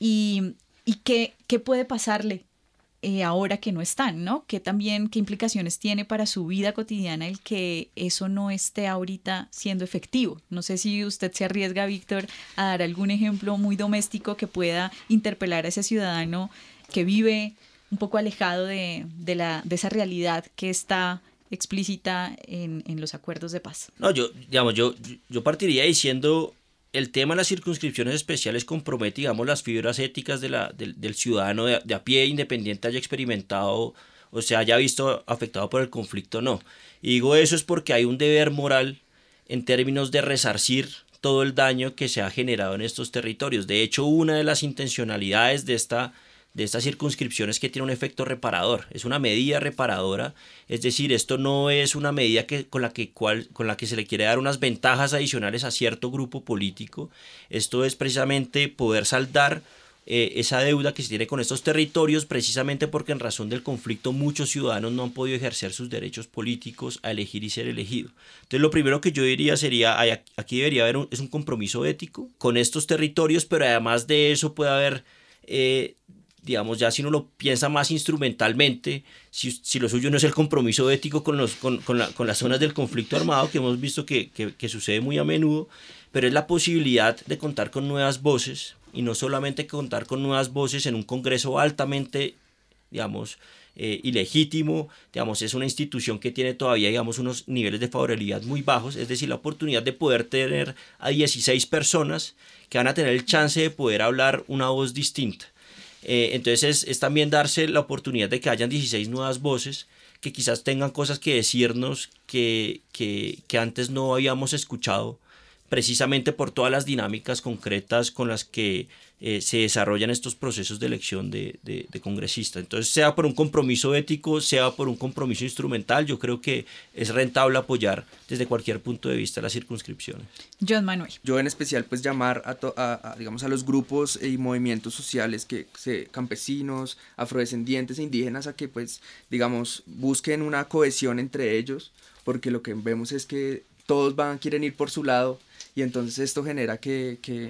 y, y qué, qué puede pasarle Eh, ahora que no están, ¿no? Que también, qué implicaciones tiene para su vida cotidiana el que eso no esté ahorita siendo efectivo. No sé si usted se arriesga, Víctor, a dar algún ejemplo muy doméstico que pueda interpelar a ese ciudadano que vive un poco alejado de, de, la, de esa realidad que está explícita en, en los acuerdos de paz. No, yo, digamos, yo, yo partiría diciendo, el tema de las circunscripciones especiales compromete, digamos, las fibras éticas de la, del, del ciudadano de, de a pie, independiente haya experimentado o se haya visto afectado por el conflicto o no. Y digo eso es porque hay un deber moral en términos de resarcir todo el daño que se ha generado en estos territorios. De hecho, una de las intencionalidades de esta de estas circunscripciones que tiene un efecto reparador, es una medida reparadora, es decir, esto no es una medida que, con, la que, cual, con la que se le quiere dar unas ventajas adicionales a cierto grupo político, esto es precisamente poder saldar eh, esa deuda que se tiene con estos territorios, precisamente porque en razón del conflicto muchos ciudadanos no han podido ejercer sus derechos políticos a elegir y ser elegido. Entonces lo primero que yo diría sería, aquí debería haber un, es un compromiso ético con estos territorios, pero además de eso puede haber eh, digamos, ya si uno lo piensa más instrumentalmente, si, si lo suyo no es el compromiso ético con, los, con, con, la, con las zonas del conflicto armado, que hemos visto que, que, que sucede muy a menudo, pero es la posibilidad de contar con nuevas voces, y no solamente contar con nuevas voces en un Congreso altamente, digamos, eh, ilegítimo, digamos, es una institución que tiene todavía, digamos, unos niveles de favorabilidad muy bajos, es decir, la oportunidad de poder tener a dieciséis personas que van a tener el chance de poder hablar una voz distinta. Eh, entonces es, es también darse la oportunidad de que hayan dieciséis nuevas voces que quizás tengan cosas que decirnos que, que, que antes no habíamos escuchado, precisamente por todas las dinámicas concretas con las que eh, se desarrollan estos procesos de elección de, de, de congresistas. Entonces, sea por un compromiso ético, sea por un compromiso instrumental, yo creo que es rentable apoyar desde cualquier punto de vista las circunscripciones. John Manuel. Yo en especial pues llamar a, to, a, a, digamos, a los grupos y movimientos sociales, que se, campesinos, afrodescendientes e indígenas, a que pues digamos busquen una cohesión entre ellos, porque lo que vemos es que todos van, quieren ir por su lado, y entonces esto genera que, que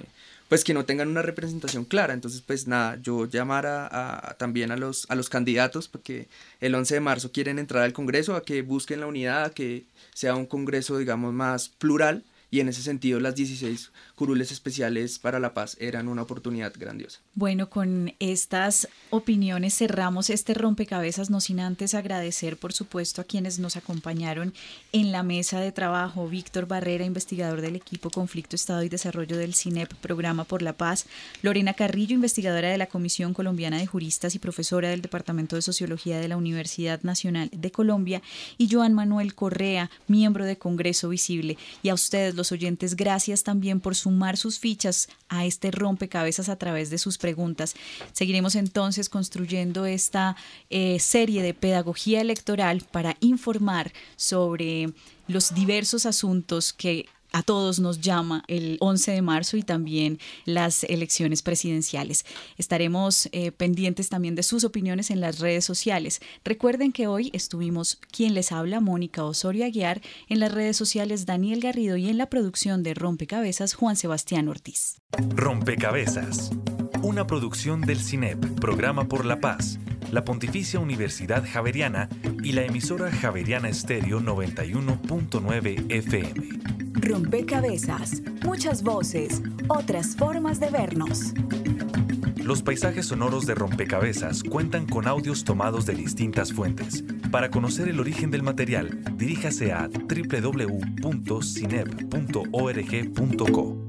pues que no tengan una representación clara. Entonces, pues nada, yo llamar a, a, también a los, a los candidatos, porque el once de marzo quieren entrar al Congreso, a que busquen la unidad, a que sea un Congreso, digamos, más plural, y en ese sentido las dieciséis curules especiales para la paz eran una oportunidad grandiosa. Bueno, con estas opiniones cerramos este rompecabezas, no sin antes agradecer, por supuesto, a quienes nos acompañaron en la mesa de trabajo. Víctor Barrera, investigador del equipo Conflicto, Estado y Desarrollo del CINEP, Programa por la Paz. Lorena Carrillo, investigadora de la Comisión Colombiana de Juristas y profesora del Departamento de Sociología de la Universidad Nacional de Colombia. Y Joan Manuel Correa, miembro de Congreso Visible. Y a ustedes, los oyentes, gracias también por sumar sus fichas a este rompecabezas a través de sus preguntas. Seguiremos entonces construyendo esta eh, serie de pedagogía electoral para informar sobre los diversos asuntos que a todos nos llama el once de marzo y también las elecciones presidenciales. Estaremos eh, pendientes también de sus opiniones en las redes sociales. Recuerden que hoy estuvimos quien les habla, Mónica Osorio Aguiar, en las redes sociales Daniel Garrido y en la producción de Rompecabezas, Juan Sebastián Ortiz. Rompecabezas, una producción del CINEP, Programa por la Paz, la Pontificia Universidad Javeriana y la emisora Javeriana Estéreo noventa y uno punto nueve F M. Rompecabezas, muchas voces, otras formas de vernos. Los paisajes sonoros de Rompecabezas cuentan con audios tomados de distintas fuentes. Para conocer el origen del material, diríjase a doble u doble u doble u punto cinep punto org punto co.